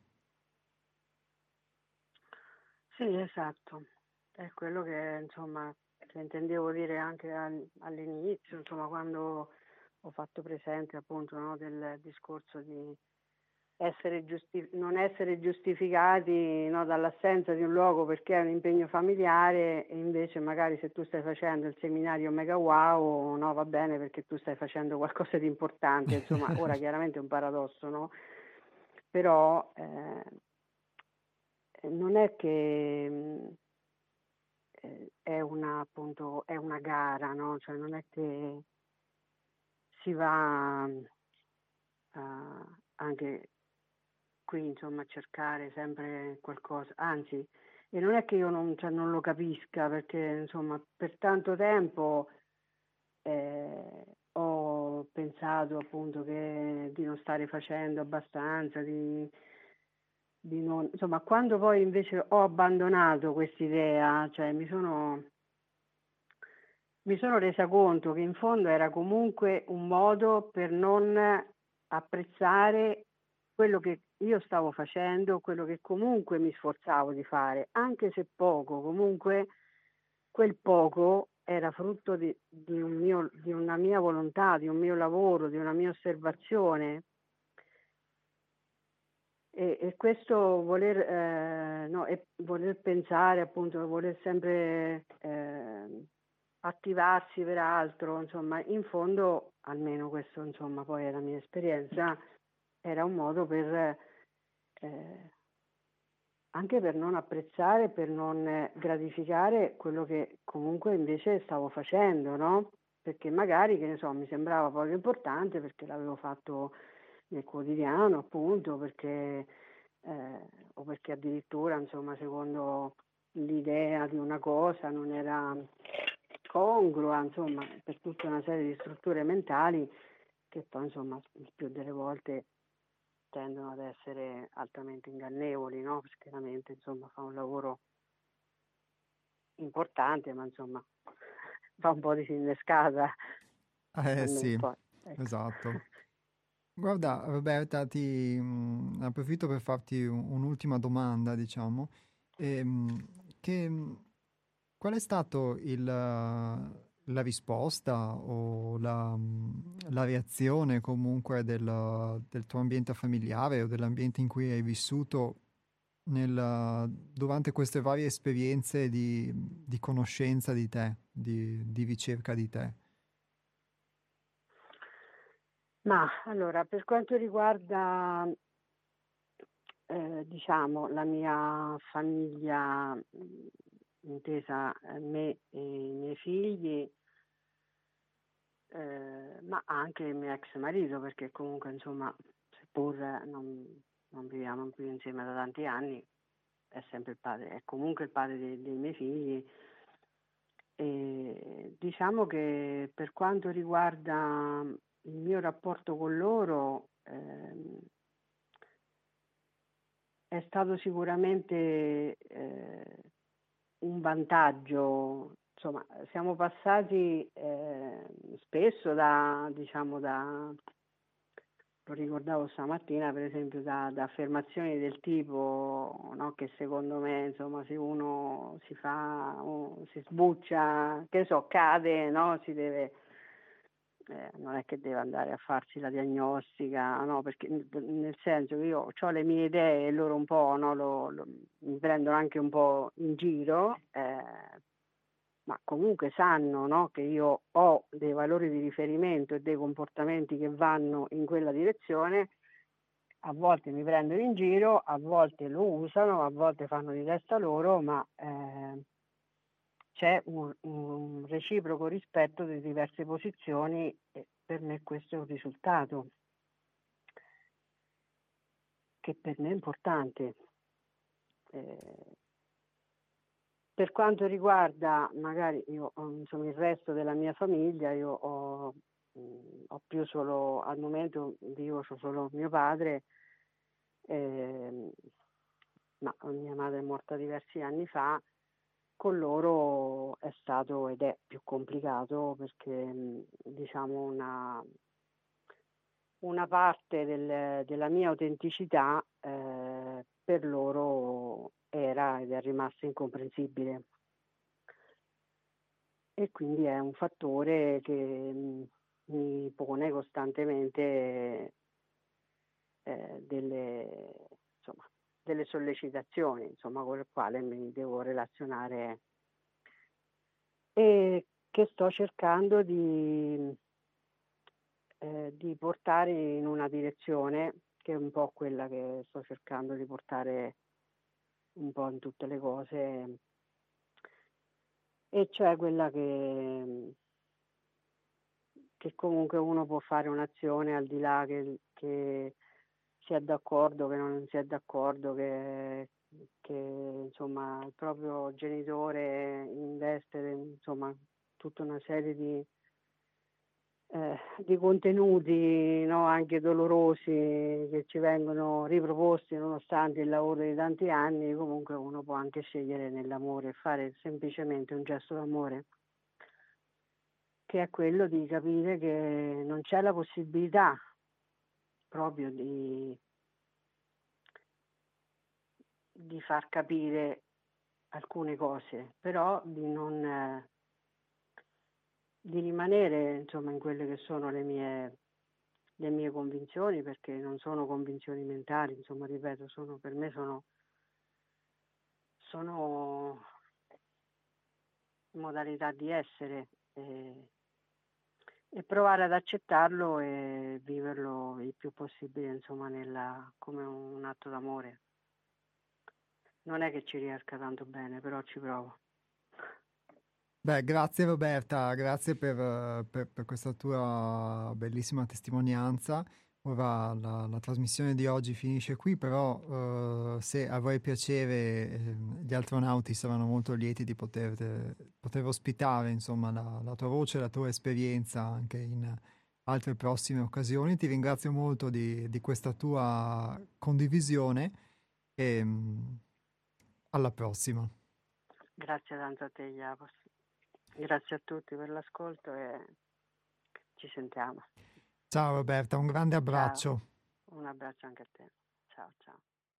sì, esatto. È quello che insomma che intendevo dire anche al- all'inizio, insomma, quando ho fatto presente appunto, no, del discorso di essere giusti- non essere giustificati, no, dall'assenza di un luogo perché è un impegno familiare e invece magari se tu stai facendo il seminario Mega Wow, no, va bene perché tu stai facendo qualcosa di importante, insomma, ora chiaramente è un paradosso, no? Però eh, non è che mh, eh, è una, appunto, è una gara, no? Cioè non è che si va a- anche qui insomma a cercare sempre qualcosa, anzi, e non è che io non, cioè, non lo capisca, perché insomma per tanto tempo eh, ho pensato appunto che di non stare facendo abbastanza, di, di non, insomma, quando poi invece ho abbandonato quest'idea, cioè mi sono mi sono resa conto che in fondo era comunque un modo per non apprezzare quello che io stavo facendo, quello che comunque mi sforzavo di fare, anche se poco, comunque quel poco era frutto di, di un mio- di una mia volontà, di un mio lavoro, di una mia osservazione. E, e questo voler, eh, no, e voler pensare, appunto, voler sempre eh, attivarsi per altro, insomma, in fondo, almeno questo, insomma, poi è la mia esperienza, era un modo per eh, anche per non apprezzare, per non eh, gratificare quello che comunque invece stavo facendo, no? Perché magari, che ne so, mi sembrava poco importante perché l'avevo fatto nel quotidiano, appunto, perché, eh, o perché addirittura, insomma, secondo l'idea di una cosa non era congrua, insomma, per tutta una serie di strutture mentali che poi, insomma, il più delle volte tendono ad essere altamente ingannevoli, no? Perché chiaramente insomma fa un lavoro importante, ma insomma fa un po' di innescata a Eh me sì, poi, ecco. esatto. Guarda, Roberta, ti mm, approfitto per farti un- un'ultima domanda, diciamo. Ehm, che, mm, qual è stato il, eh, la risposta o la, mm, la reazione comunque del, del tuo ambiente familiare o dell'ambiente in cui hai vissuto nel- durante queste varie esperienze di, di conoscenza di te, di, di ricerca di te? Ma allora, per quanto riguarda eh, diciamo la mia famiglia, mh, intesa eh, me e i miei figli, eh, ma anche il mio ex marito, perché comunque insomma, seppur non, non viviamo più insieme da tanti anni, è sempre il padre, è comunque il padre dei, dei miei figli. E diciamo che per quanto riguarda il mio rapporto con loro, ehm, è stato sicuramente eh, un vantaggio. Insomma, siamo passati eh, spesso da, diciamo, da, lo ricordavo stamattina, per esempio, da, da affermazioni del tipo, no, che secondo me, insomma, se uno si fa, o si sbuccia, che ne so, cade, no, si deve, eh, non è che deve andare a farsi la diagnostica, no, perché nel senso che io ho le mie idee e loro un po', no, lo, lo- mi prendono anche un po' in giro, eh, ma comunque sanno, no, che io ho dei valori di riferimento e dei comportamenti che vanno in quella direzione. A volte mi prendono in giro, a volte lo usano, a volte fanno di testa loro, ma eh, c'è un, un reciproco rispetto di diverse posizioni e per me questo è un risultato che per me è importante. Eh, per quanto riguarda magari io, insomma, il resto della mia famiglia, io ho, mh, ho più solo, al momento vivo c'ho solo mio padre, ehm, ma mia madre è morta diversi anni fa. Con loro è stato ed è più complicato perché mh, diciamo una, una parte del- della mia autenticità eh, per loro era ed è rimasta incomprensibile. E quindi è un fattore che mh, mi pone costantemente eh, delle, insomma, delle sollecitazioni, insomma, con le quali mi devo relazionare e che sto cercando di, eh, di portare in una direzione che è un po' quella che sto cercando di portare un po' in tutte le cose, e cioè quella che che comunque uno può fare un'azione al di là che, che sia d'accordo, che non sia d'accordo, che, che insomma il proprio genitore investe insomma tutta una serie di, eh, di contenuti, no, anche dolorosi che ci vengono riproposti nonostante il lavoro di tanti anni. Comunque uno può anche scegliere nell'amore e fare semplicemente un gesto d'amore, che è quello di capire che non c'è la possibilità proprio di, di far capire alcune cose, però di non eh, di rimanere insomma in quelle che sono le mie, le mie convinzioni, perché non sono convinzioni mentali, insomma, ripeto, sono, per me sono, sono modalità di essere, e, e provare ad accettarlo e viverlo il più possibile, insomma, nella, come un atto d'amore. Non è che ci riesca tanto bene, però ci provo. Beh, grazie Roberta, grazie per, eh, per- per questa tua bellissima testimonianza. Ora la, la trasmissione di oggi finisce qui, però eh, se avrai piacere, eh, gli astronauti saranno molto lieti di poter, poter ospitare, insomma, la, la tua voce, la tua esperienza anche in altre prossime occasioni. Ti ringrazio molto di, di questa tua condivisione e mh, alla prossima. Grazie tanto a te, Jacopo. Grazie a tutti per l'ascolto e ci sentiamo. Ciao Roberta, un grande abbraccio. Ciao. Un abbraccio anche a te. Ciao, ciao.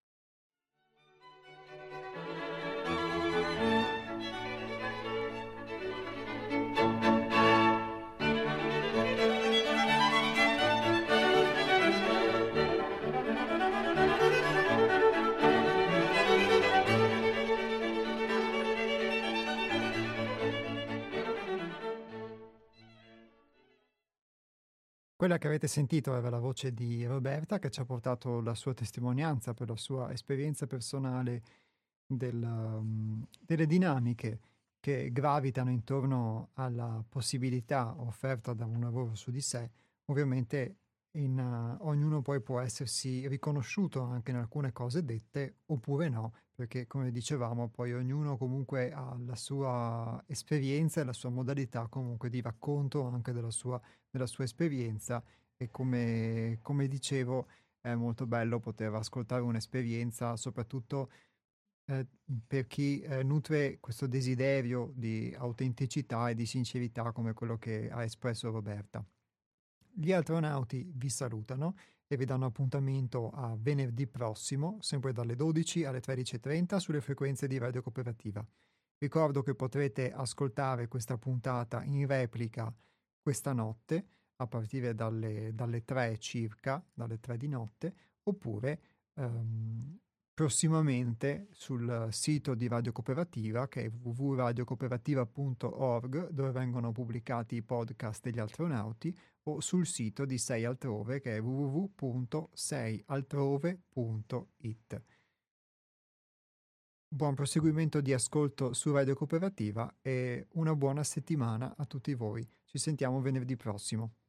Quella che avete sentito era la voce di Roberta, che ci ha portato la sua testimonianza per la sua esperienza personale del, um, delle dinamiche che gravitano intorno alla possibilità offerta da un lavoro su di sé. Ovviamente in, uh, ognuno poi può essersi riconosciuto anche in alcune cose dette oppure no, perché come dicevamo poi ognuno comunque ha la sua esperienza e la sua modalità comunque di racconto anche della sua, della sua esperienza, e come, come dicevo è molto bello poter ascoltare un'esperienza, soprattutto eh, per chi eh, nutre questo desiderio di autenticità e di sincerità come quello che ha espresso Roberta. Gli astronauti vi salutano e vi danno appuntamento a venerdì prossimo, sempre dalle dodici alle tredici e trenta sulle frequenze di Radio Cooperativa. Ricordo che potrete ascoltare questa puntata in replica questa notte, a partire dalle, dalle tre circa, dalle tre di notte, oppure ehm, prossimamente sul sito di Radio Cooperativa, che è w w w punto radio cooperativa punto org, dove vengono pubblicati i podcast degli astronauti, o sul sito di Sei Altrove, che è w w w punto sei altrove punto i t. Buon proseguimento di ascolto su Radio Cooperativa e una buona settimana a tutti voi. Ci sentiamo venerdì prossimo.